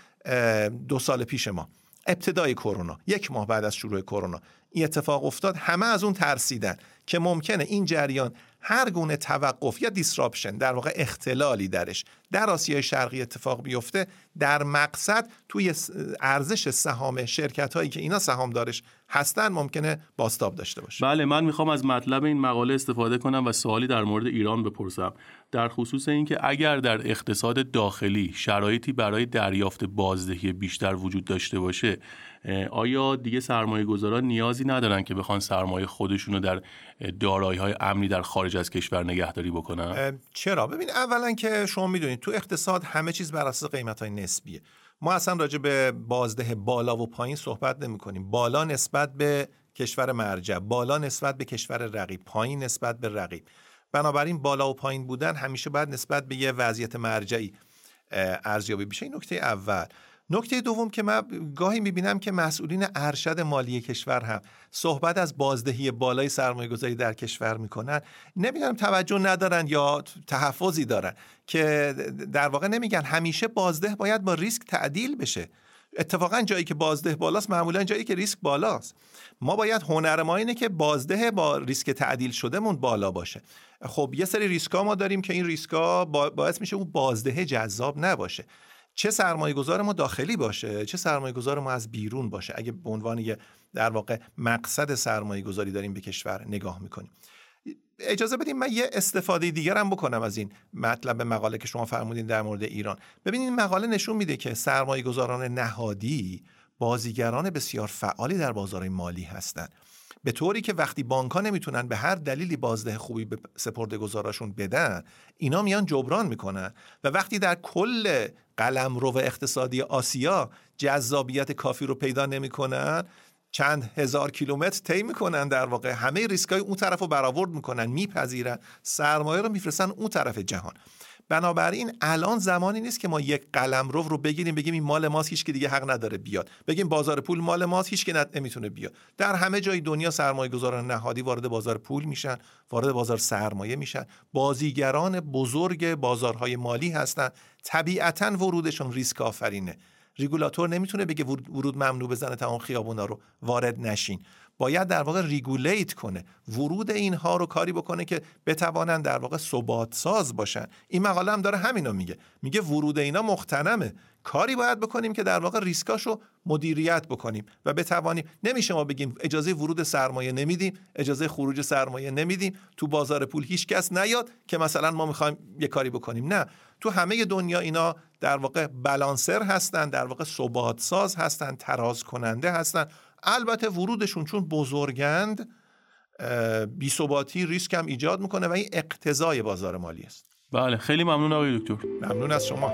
2 سال پیش ما، ابتدای کرونا، 1 ماه بعد از شروع کرونا این اتفاق افتاد. همه از اون ترسیدن که ممکنه این جریان هر گونه توقف یا دیسراپشن، در واقع اختلالی درش در آسیای شرقی اتفاق بیفته، در مقصد توی ارزش سهام شرکت هایی که اینا سهامدارش هستن ممکنه بازتاب داشته باشه. بله، من میخوام از مطلب این مقاله استفاده کنم و سوالی در مورد ایران بپرسم، در خصوص اینکه اگر در اقتصاد داخلی شرایطی برای دریافت بازدهی بیشتر وجود داشته باشه، آیا دیگه سرمایه‌گذاران نیازی ندارن که بخوان سرمایه خودشونو در دارایی‌های امنی در خارج از کشور نگهداری بکنن؟ چرا؟ ببین، اولا که شما میدونید تو اقتصاد همه چیز بر اساس قیمت‌های نسبیه. ما اصلا راجع به بازده بالا و پایین صحبت نمی‌کنیم. بالا نسبت به کشور مرجع، بالا نسبت به کشور رقیب، پایین نسبت به رقیب. بنابراین بالا و پایین بودن همیشه باید نسبت به یه وضعیت مرجعی ارزیابی بشه. این نکته اول. نکته دوم که من گاهی میبینم که مسئولین ارشد مالی کشور هم صحبت از بازدهی بالای سرمایه‌گذاری در کشور میکنن، نمیدونم توجه ندارن یا تحفظی دارن که در واقع نمیگن همیشه بازده باید با ریسک تعدیل بشه. اتفاقا جایی که بازده بالاست معمولا جایی که ریسک بالاست. ما باید هنر ما اینه که بازده با ریسک تعدیل شدهمون بالا باشه. خب یه سری ریسکا ما داریم که این ریسکا باعث میشه اون بازده جذاب نباشه، چه سرمایه‌گذار ما داخلی باشه چه سرمایه‌گذار ما از بیرون باشه. اگه به عنوان یه در واقع مقصد سرمایه‌گذاری داریم به کشور نگاه میکنیم. اجازه بدیم من یه استفاده دیگر هم بکنم از این مطلب مقاله که شما فرمودین در مورد ایران. ببینید این مقاله نشون میده که سرمایه‌گذاران نهادی بازیگران بسیار فعالی در بازار مالی هستند. به طوری که وقتی بانک‌ها نمیتونن به هر دلیلی بازده خوبی به سپرده‌گذاراشون بدن، اینا میان جبران میکنن و وقتی در کل قلمرو اقتصادی آسیا جذابیت کافی رو پیدا نمیکنن، چند هزار کیلومتر طی میکنن، در واقع همه ریسکای اون طرف رو برآورد میکنن، میپذیرن، سرمایه رو میفرستن اون طرف جهان. بنابراین الان زمانی نیست که ما یک قلمرو رو بگیریم بگیم این مال ماست، هیچ کی دیگه حق نداره بیاد، بگیم بازار پول مال ماست، هیچ کی نمیتونه بیاد. در همه جای دنیا سرمایه‌گذاران نهادی وارد بازار پول میشن، وارد بازار سرمایه میشن، بازیگران بزرگ بازارهای مالی هستن، طبیعتاً ورودشون ریسک آفرینه. ریگولاتور نمیتونه بگه ورود ممنوع بزنه تمام خیابونا رو وارد نشین، باید در واقع ریگولیت کنه، ورود اینها رو کاری بکنه که بتوانن در واقع ثبات ساز باشن. این مقاله هم داره همینو میگه ورود اینا مختنمه، کاری باید بکنیم که در واقع ریسکاشو مدیریت بکنیم و بتوانیم. نمیشه ما بگیم اجازه ورود سرمایه نمیدیم، اجازه خروج سرمایه نمیدیم، تو بازار پول هیچ کس نیاد که مثلا ما میخوایم یه کاری بکنیم. نه، تو همه دنیا اینا در واقع بالانسر هستن، در واقع ثبات ساز هستن، تراز کننده هستن. البته ورودشون چون بزرگند بی‌ثباتی ریسک هم ایجاد میکنه و این اقتضای بازار مالی است. بله، خیلی ممنون آقای دکتر. ممنون از شما.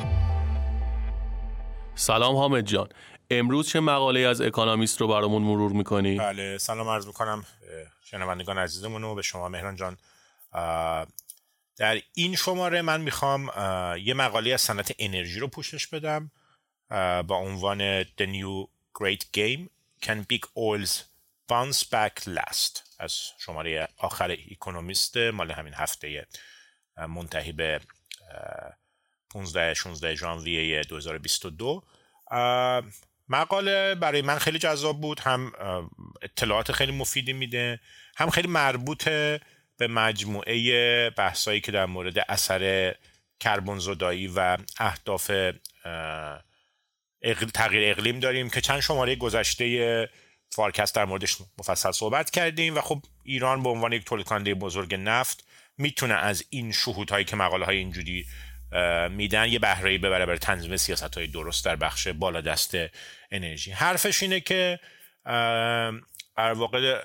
سلام حامد جان، امروز چه مقاله از اکونومیست رو برامون مرور میکنی؟ بله، سلام عرض میکنم شنوندگان عزیزمون و به شما مهران جان. در این شماره من میخوام یه مقاله از صنعت انرژی رو پوشش بدم با عنوان The New Great Game Can Big Oil's Bounce Back Last از شماره آخر اکونومیست مال همین هفته منتهی به 15-16 ژانویه 2022. مقاله برای من خیلی جذاب بود، هم اطلاعات خیلی مفیدی میده، هم خیلی مربوطه به مجموعه بحثایی که در مورد اثر کربن زدایی و اهداف تغییر اقلیم داریم که چند شماره گذشته فارکست در موردش مفصل صحبت کردیم و خب ایران به عنوان یک تولید کننده بزرگ نفت میتونه از این شهودهایی که مقاله های اینجوری میدن یه بهره‌ای ببره برای تنظیم سیاست‌های درست در بخش بالادست انرژی. حرفش اینه که در واقع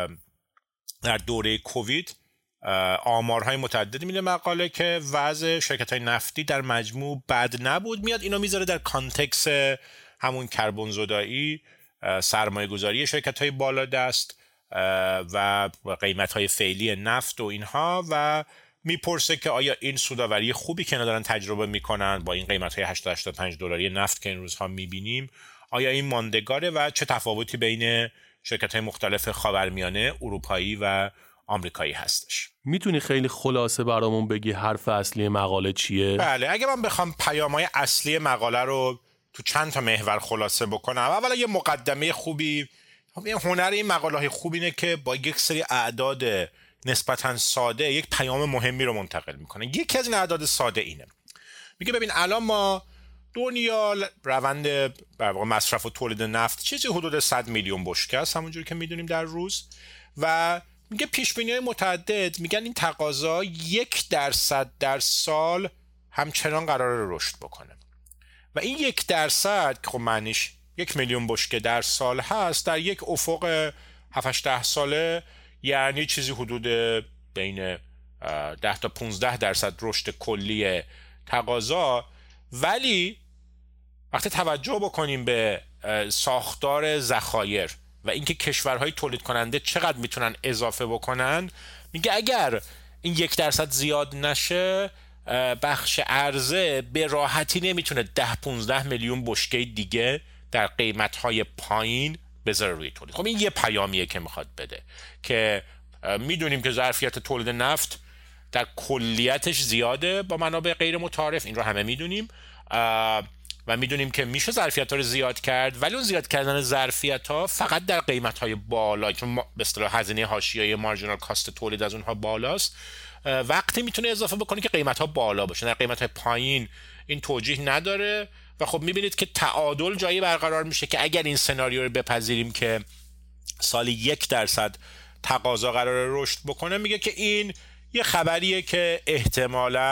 در دوره کووید آمارهای متعددی میده مقاله که وضع شرکت‌های نفتی در مجموع بد نبود. میاد اینو میذاره در کانتکس همون کربن زدایی، سرمایه گذاری شرکت‌های بالادست و قیمت‌های فعلی نفت و اینها و میپرسه که آیا این سودآوری خوبی که اینا دارن تجربه میکنن با این قیمت‌های $85 نفت که این روزها میبینیم آیا این ماندگاره و چه تفاوتی بین شرکت‌های مختلف خاورمیانه، اروپایی و آمریکایی هستش. میتونی خیلی خلاصه برامون بگی حرف اصلی مقاله چیه؟ بله، اگه من بخوام پیام‌های اصلی مقاله رو تو چند تا محور خلاصه بکنم، اولا یه مقدمه خوبی، یه هنر این مقاله‌های خوب اینه که با یک سری اعداد نسبتاً ساده یک پیام مهمی رو منتقل میکنه. یکی از این اعداد ساده اینه، میگه ببین الان ما دنیا روند در واقع مصرف و تولید نفت چیزی حدود 100 میلیون بشکه است همونجوری که میدونیم در روز و میگه پیشبینی‌های متعدد میگن این تقاضا 1% در سال همچنان قراره رشد بکنه و این 1% که خب معنیش 1 میلیون بشکه در سال هست در یک افق 7-8 ساله، یعنی چیزی حدود بین 10 تا 15% رشد کلی تقاضا. ولی وقتی توجه بکنیم به ساختار ذخایر و اینکه کشورهای تولید کننده چقدر میتونن اضافه بکنن، میگه اگر این 1% زیاد نشه بخش عرضه به راحتی نمیتونه 10-15 میلیون بشکه دیگه در قیمتهای پایین بذاره روی تولید. خب این یه پیامیه که میخواد بده که میدونیم که ظرفیت تولید نفت در کلیتش زیاده با منابع غیر متعارف، این رو همه میدونیم و میدونیم که میشه ظرفیت ها رو زیاد کرد، ولی اون زیاد کردن ظرفیت ها فقط در قیمت های بالا چون به اصطلاح هزینه حاشیه‌ای مارجینال کاست تولید از اونها بالاست وقتی میتونه اضافه بکنه که قیمت ها بالا باشه. در قیمت های پایین این توجیه نداره و خب میبینید که تعادل جایی برقرار میشه که اگر این سناریو رو بپذیریم که سالی 1% تقاضا قرار رشد بکنه، میگه که این یه خبریه که احتمالاً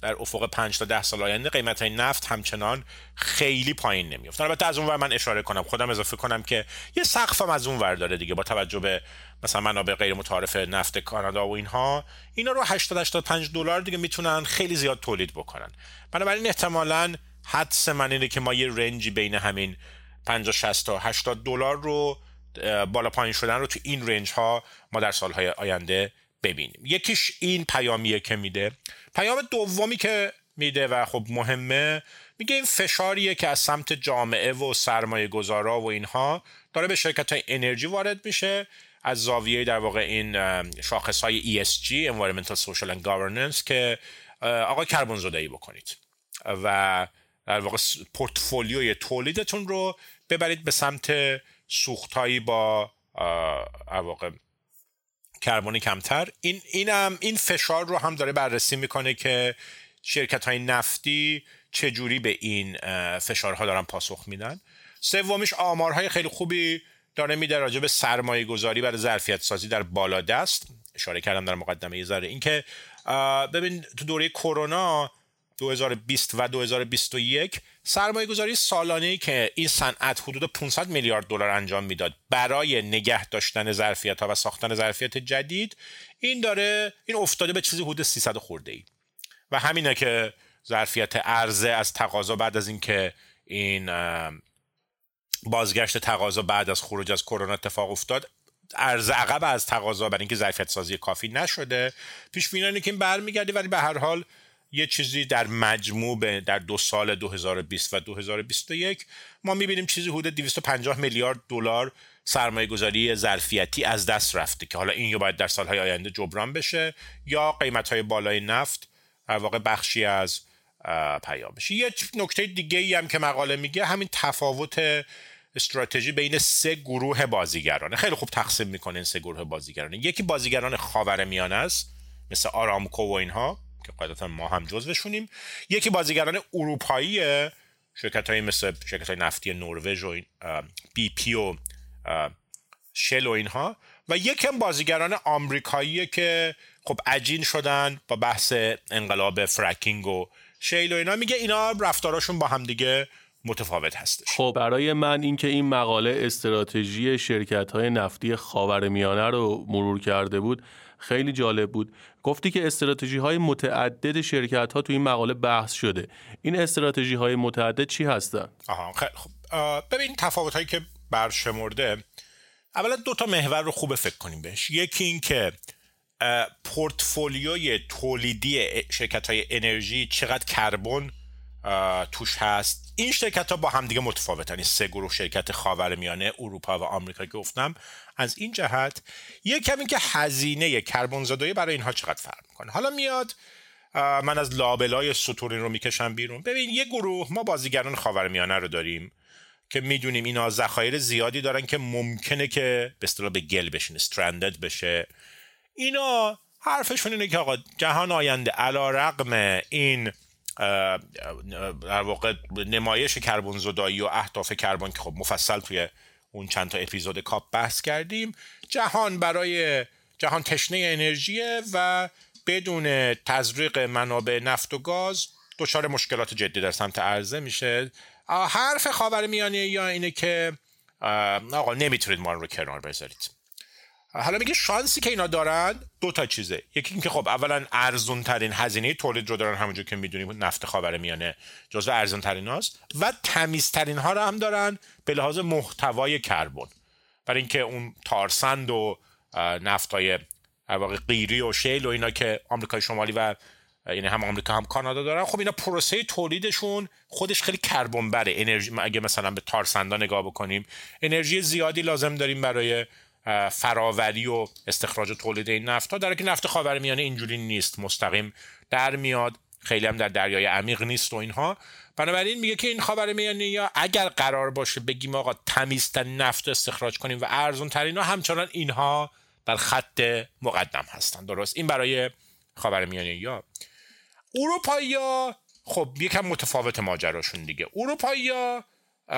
در افق 5 تا 10 سال آینده قیمت‌های نفت همچنان خیلی پایین نمیافتن. البته از اون ور من اشاره کنم، خودم اضافه کنم که یه سقفم از اون ور داره دیگه، با توجه به مثلا منابع غیر متعارف نفت کانادا و اینا رو 85 دلار دیگه میتونن خیلی زیاد تولید بکنن. بنابراین احتمالاً حدس من اینه که ما یه رنجی بین همین 50 60 تا 80 دلار رو بالا پایین شدن رو تو این رنج ها ما در سالهای آینده ببینیم. یکیش این پیامیه که میده. پیام دومی که میده و خب مهمه، میگه این فشاریه که از سمت جامعه و سرمایه گذارا و اینها داره به شرکت های انرژی وارد میشه از زاویه در واقع این شاخص های ESG Environmental Social and Governance که آقا کربن زدایی بکنید و در واقع پورتفولیوی تولیدتون رو ببرید به سمت سوختایی با واقع کربن کمتر. این فشار رو هم داره بررسی میکنه که شرکت‌های نفتی چجوری به این فشارها دارن پاسخ میدن. سومیش آمارهای خیلی خوبی داره میده راجع به سرمایه گذاری برای ظرفیت سازی در بالادست. اشاره کردم در مقدمه یه ذره این که ببین تو دوره کرونا 2020 و 2021 سرمایه گذاری سالانه‌ای که این صنعت حدود 500 میلیارد دلار انجام میداد برای نگه داشتن ظرفیت‌ها و ساختن ظرفیت جدید، این افتاده به چیزی حدود 300 خورده‌ای و همینه که ظرفیت عرضه از تقاضا بعد از اینکه این بازگشت تقاضا بعد از خروج از کرونا اتفاق افتاد، عرضه عقب از تقاضا برای اینکه ظرفیت سازی کافی نشده. پیش بینی اینه که این برمیگرده، ولی به هر حال یه چیزی در مجموع در 2 سال 2020 و 2021 ما میبینیم چیزی حدود 250 میلیارد دلار سرمایه گذاری ظرفیتی از دست رفته که حالا این یا باید در سالهای آینده جبران بشه یا قیمت‌های بالای نفت در واقع بخشی از پیامش. یه نکته دیگه ای هم که مقاله میگه همین تفاوت استراتژی بین 3 گروه بازیگرانه. خیلی خوب تقسیم میکنه این 3 گروه بازیگرانه. یکی بازیگران خاورمیانه است مثل آرامکو و اینها که قاعدتا ما هم جزوشونیم. یکی بازیگران اروپاییه، شرکت‌های مثل شرکت‌های نفتی نروژ و BP و شل و اینها، و یکی هم بازیگران آمریکاییه که خب عجین شدن با بحث انقلاب فرکینگ و شیل و اینا. میگه اینا رفتاراشون با هم دیگه متفاوت هستش. خب برای من این که این مقاله استراتژی شرکت‌های نفتی خاورمیانه رو مرور کرده بود خیلی جالب بود. گفتی که استراتژی‌های متعدد شرکت‌ها تو این مقاله بحث شده. این استراتژی‌های متعدد چی هستن؟ خیلی خب. ببین تفاوت‌هایی که برشمرده، اولا 2 تا محور رو خوب فکر کنیم بهش. یکی این که پورتفولیوی تولیدی شرکت‌های انرژی چقدر کربن توش هست. این شرکت‌ها با هم دیگه متفاوتن. این 3 گروه شرکت خاورمیانه، اروپا و آمریکا که گفتم، از این جهت یک کمی که هزینه کربن زدایی برای اینها چقدر فرق میکنه. حالا میاد من از لابلای سطور رو میکشم بیرون. ببین یه گروه ما بازیگران خاورمیانه رو داریم که میدونیم اینا ذخایر زیادی دارن که ممکنه که به اصطلاح به گل بشین، استرندد بشه. اینا حرفشون اینه که آقا جهان آینده علیرغم این در واقع نمایش کربن زدایی و اهداف کربن که خب مفصل توی اون چند تا اپیزود کاپ بحث کردیم، جهان تشنه انرژیه و بدون تزریق منابع نفت و گاز دچار مشکلات جدی در سمت عرضه میشه. حرف خاورمیانه یا اینه که آقا نمیتونید ما رو کنار بذارید. حالا میگه شانسی که اینا دارن 2 تا چیزه. یکی این که خب اولا ارزون ترین هزینه تولید رو دارن، همونجور که میدونیم نفت خاورمیانه جزو ارزون ترین هاست، و تمیزترین ها رو هم دارن به لحاظ محتوای کربن، برای اینکه اون تارسند و نفتای در واقع قیری و شیل و اینا که آمریکای شمالی و یعنی هم آمریکا هم کانادا دارن، خب اینا پروسه تولیدشون خودش خیلی کربن بره. انرژی اگه مثلا به تارسندا نگاه بکنیم، انرژی زیادی لازم داریم برای فراوری و استخراج و تولید این نفت‌ها، در حالی که نفت خاورمیانه اینجوری نیست، مستقیم در میاد، خیلی هم در دریای عمیق نیست و اینها. بنابراین میگه که این خاورمیانه یا اگر قرار باشه بگیم آقا تمیزترین نفت استخراج کنیم و ارزون ترین ها، همچنان اینها در خط مقدم هستن. درست؟ این برای خاورمیانه. یا اروپایی‌ها خب یکم متفاوت ماجراشون دیگه. اروپایی‌ها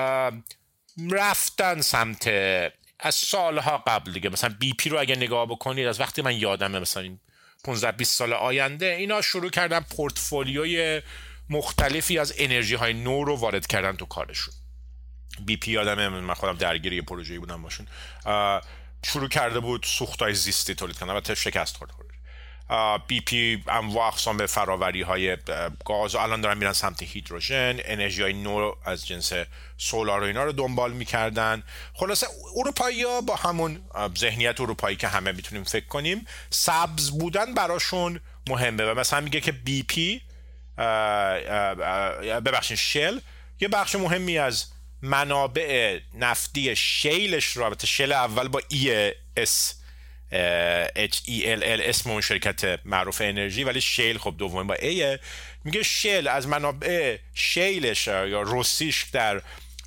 رفتن سمت از سالها قبل دیگه، مثلا BP رو اگه نگاه بکنید، از وقتی من یادمه مثلا این 15-20 سال آینده اینا شروع کردن پورتفولیوی مختلفی از انرژی های نو رو وارد کردن تو کارشون. بی پی یادمه من خودم درگیر یه پروژه‌ای بودم باشون، شروع کرده بود سوختای زیستی تولید کنن و شکست خورد. بی پی انواع اقسام فراوری های گاز و الان دارن میرن سمت هیدروژن، انرژی های نو از جنس سولار و اینا رو دنبال میکردن. خلاصه اروپایی‌ها با همون ذهنیت اروپایی که همه میتونیم فکر کنیم، سبز بودن براشون مهمه و مثلا میگه که بی پی ببخشید شل یه بخش مهمی از منابع نفتی شیلش رو، البته شل اول با HEL اسم اون شرکت معروف انرژی، ولی شیل خب دومی با A، میگه شیل از منابع شیلش یا روسیش در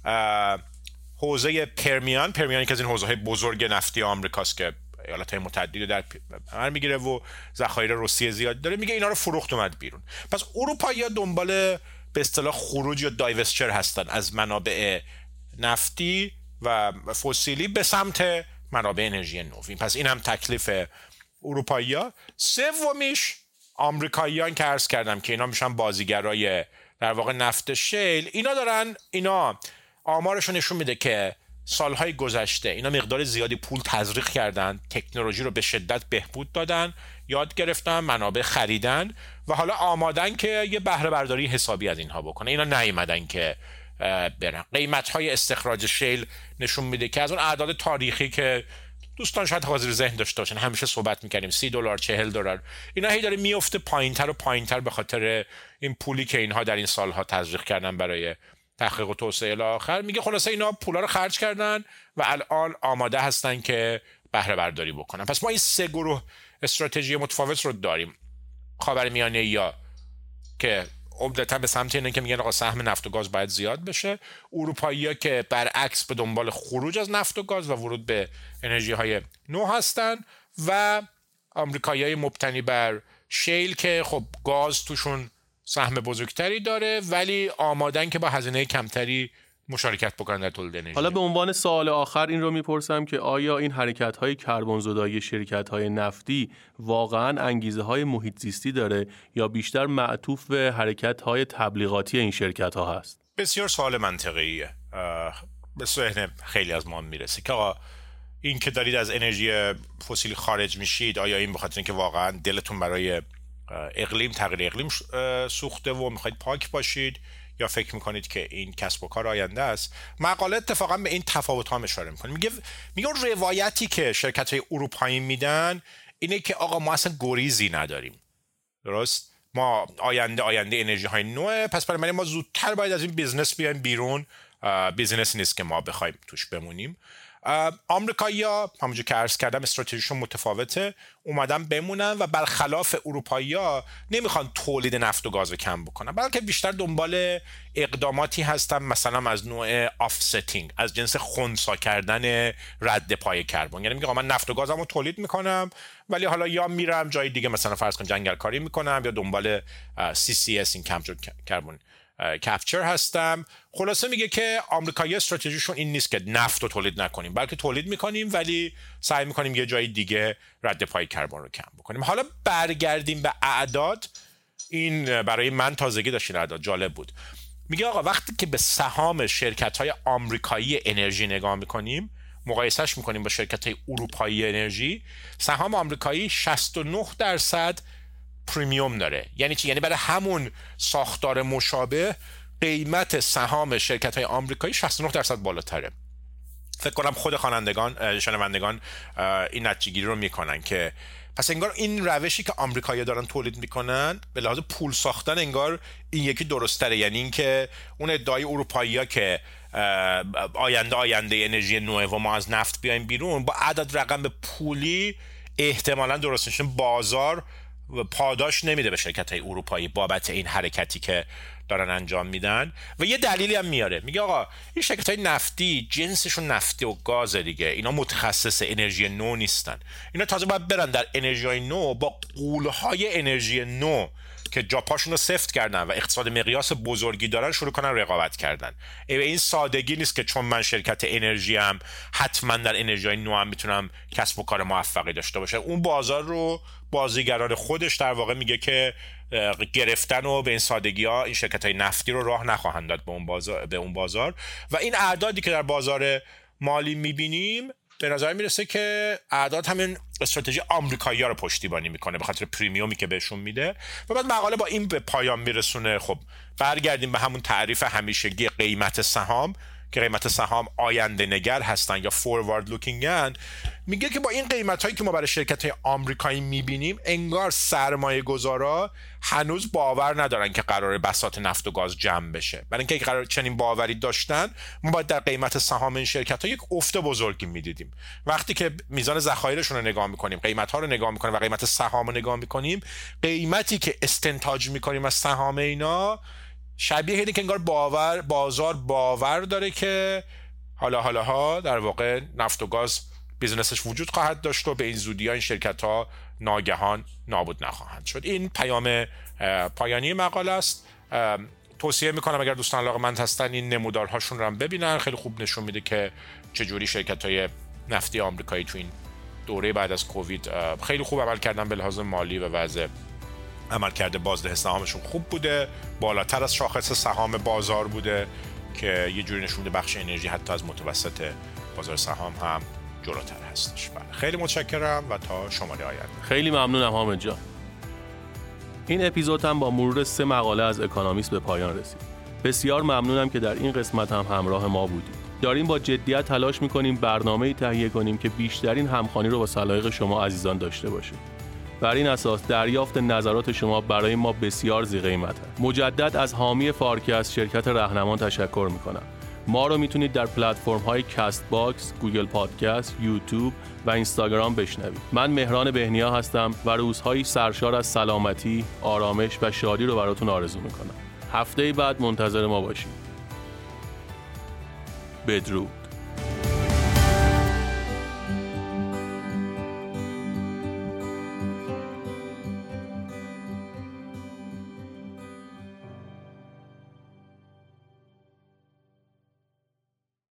حوزه پرمیان که از این حوزه‌های بزرگ نفتی آمریکاست که ایالات‌های متعدد در بر میگیره و ذخایر روسیه زیاد داره، میگه اینا رو فروخت اومد بیرون. پس اروپایی‌ها دنبال به اصطلاح خروج یا دایوستچر هستن از منابع نفتی و فسیلی به سمت منابع انرژی نوین. پس این هم تکلیف اروپایی‌ها. سومیش آمریکاییان که عرض کردم که اینا میشن بازیگرای در واقع نفت شیل. اینا آمارشون نشون میده که سالهای گذشته اینا مقدار زیادی پول تزریق کردن، تکنولوژی رو به شدت بهبود دادن، یاد گرفتن، منابع خریدن و حالا آمادن که یه بهره برداری حسابی از اینها بکنه. اینا نیومدن که برن. قیمت‌های استخراج شیل نشون میده که از اون اعداد تاریخی که دوستان شاید حاضر ذهن داشته باشن همیشه صحبت می‌کردیم $30 $40، اینا هی داره میفته پایین‌تر و پایین‌تر به خاطر این پولی که اینها در این سالها تزریق کردن برای تحقیق و توسعه الی آخر. میگه خلاصه اینا پولا رو خرج کردن و الان آماده هستن که بهره برداری بکنن. پس ما این سه گروه استراتژی متفاوت رو داریم. خاورمیانه یا که عمدتاً به سمت اینه که میگن آقا سهم نفت و گاز باید زیاد بشه، اروپایی‌ها که برعکس به دنبال خروج از نفت و گاز و ورود به انرژی های نو هستن، و آمریکایی‌های مبتنی بر شیل که خب گاز توشون سهم بزرگتری داره ولی آمادن که با هزینه کمتری مشارکت بکنن در تولید انرژی. حالا به عنوان سوال آخر این رو میپرسم که آیا این حرکت‌های کربن زدایی شرکت‌های نفتی واقعاً انگیزه‌های محیط زیستی داره یا بیشتر معطوف به حرکت‌های تبلیغاتی این شرکت‌ها هست؟ بسیار سوال منطقیه. به ذهن خیلی از ما میرسه که آقا این که دارید از انرژی فسیلی خارج میشید، آیا این به خاطر اینکه واقعاً دلتون برای تغییر اقلیم سوخته و میخواید پاک باشید یا فکر میکنید که این کسب و کار آینده است؟ مقاله اتفاقا به این تفاوت‌ها اشاره میکنه. میگه روایتی که شرکت‌های اروپایی میدن اینه که آقا ما اصلا گریزی نداریم، درست؟ ما آینده انرژی های نوه، پس برای ما زودتر باید از این بیزنس بیایم بیرون. بیزنس نیست که ما بخوایم توش بمونیم. آمریکایی‌ها همونجور که عرض کردم استراتژیشون متفاوته، اومدن بمونن و برخلاف اروپایی‌ها نمیخوان تولید نفت و گاز رو کم بکنن، بلکه بیشتر دنبال اقداماتی هستن مثلا از نوع آفستینگ، از جنس خنثی کردن رد پای کربن. یعنی میگه من نفت و گازمو تولید میکنم ولی حالا یا میرم جای دیگه، مثلا فرض کن جنگل کاری میکنم یا دنبال CCS این کربن کپچر هستم. خلاصه میگه که آمریکایی استراتژیشون این نیست که نفت رو تولید نکنیم، بلکه تولید میکنیم ولی سعی میکنیم یه جای دیگه رد پای کربن رو کم بکنیم. حالا برگردیم به اعداد. این برای من تازگی داشت، این اعداد جالب بود. میگه آقا وقتی که به سهام شرکت‌های آمریکایی انرژی نگاه میکنیم، مقایسهش میکنیم با شرکت‌های اروپایی انرژی، سهام آمریکایی 69% پریمیوم داره. یعنی چی؟ یعنی برای همون ساختار مشابه قیمت سهام شرکت‌های آمریکایی 69% بالاتره. فکر کنم خود شنوندگان این نتیجه‌گیری رو میکنن که پس انگار این روشی که آمریکایی‌ها دارن تولید میکنن به لحاظ پول ساختن انگار این یکی درست‌تره. یعنی این که اون ادعای اروپایی‌ها که آینده انرژی نوه و ما از نفت بیایم بیرون با عدد رقم پولی احتمالاً درست میشه. بازار پاداش نمیده به شرکت‌های اروپایی بابت این حرکتی که دارن انجام میدن. و یه دلیلی هم میاره، میگه آقا این شرکت‌های نفتی جنسشون نفتی و گاز دیگه، اینا متخصص انرژی نو نیستن. اینا تازه باید برن در انرژی نو با غول‌های انرژی نو که جاپاشون رو سفت کردن و اقتصاد مقیاس بزرگی دارن شروع کنن رقابت کردن. این سادگی نیست که چون من شرکت انرژی ام حتما در انرژی نو هم میتونم کسب و کار موفقی داشته باشه. اون بازار رو بازیگران خودش در واقع میگه که گرفتن و به این سادگی ها این شرکت های نفتی رو راه نخواهند داد به اون بازار و این اعدادی که در بازار مالی میبینیم به نظر میرسه که اعداد همین استراتژی آمریکایی‌ها رو پشتیبانی میکنه به خاطر پریمیومی که بهشون میده. و بعد مقاله با این به پایان میرسونه. خب برگردیم به همون تعریف همیشگی قیمت سهام که قیمت سهام آینده نگر هستن یا فوروارد لوکینگن. میگه که با این قیمت هایی که ما برای شرکت های آمریکایی میبینیم انگار سرمایه گذارا هنوز باور ندارن که قرار بساط نفت و گاز جمع بشه. برای اینکه قرار چنین باوری داشتن ما باید در قیمت سهام این شرکت ها یک افت بزرگی میدیدیم. وقتی که میزان ذخایرشون رو نگاه میکنیم، قیمت ها رو نگاه میکنیم و قیمت سهام رو نگاه میکنیم، قیمتی که استنتاج میکنیم از سهام اینا شبیه اینه که انگار بازار باور داره که حالا در واقع نفت و گاز بیزنسش وجود خواهد داشت و به این زودی ها این شرکت ها ناگهان نابود نخواهند شد. این پیام پایانی مقاله است. توصیه میکنم اگر دوستان علاقه‌مند هستن این نمودارهاشون رو هم ببینن. خیلی خوب نشون میده که چجوری شرکت های نفتی آمریکایی تو این دوره بعد از کووید خیلی خوب عمل کردن به لحاظ مالی و وضع عملکرد بازده سهامشون خوب بوده، بالاتر از شاخص سهام بازار بوده که یه جوری نشون میده بخش انرژی حتی از متوسط بازار سهام هم جلوتر هستش. بله خیلی متشکرم و تا شماره آینده. خیلی ممنونم حامد جان. این اپیزود هم با مرور 3 مقاله از اکونومیست به پایان رسید. بسیار ممنونم که در این قسمت هم همراه ما بودید. داریم با جدیت تلاش می‌کنیم برنامه‌ای تهیه کنیم که بیشترین همخوانی رو با سلایق شما عزیزان داشته باشه. بر این اساس دریافت نظرات شما برای ما بسیار ذی‌قیمته. مجدد از حامی فارکست شرکت رهنمان تشکر میکنم. ما رو میتونید در پلتفرم‌های کست باکس، گوگل پادکست، یوتیوب و اینستاگرام بشنوید. من مهران بهنیا هستم و روزهایی سرشار از سلامتی، آرامش و شادی رو براتون آرزو میکنم. هفته بعد منتظر ما باشید. بدرود.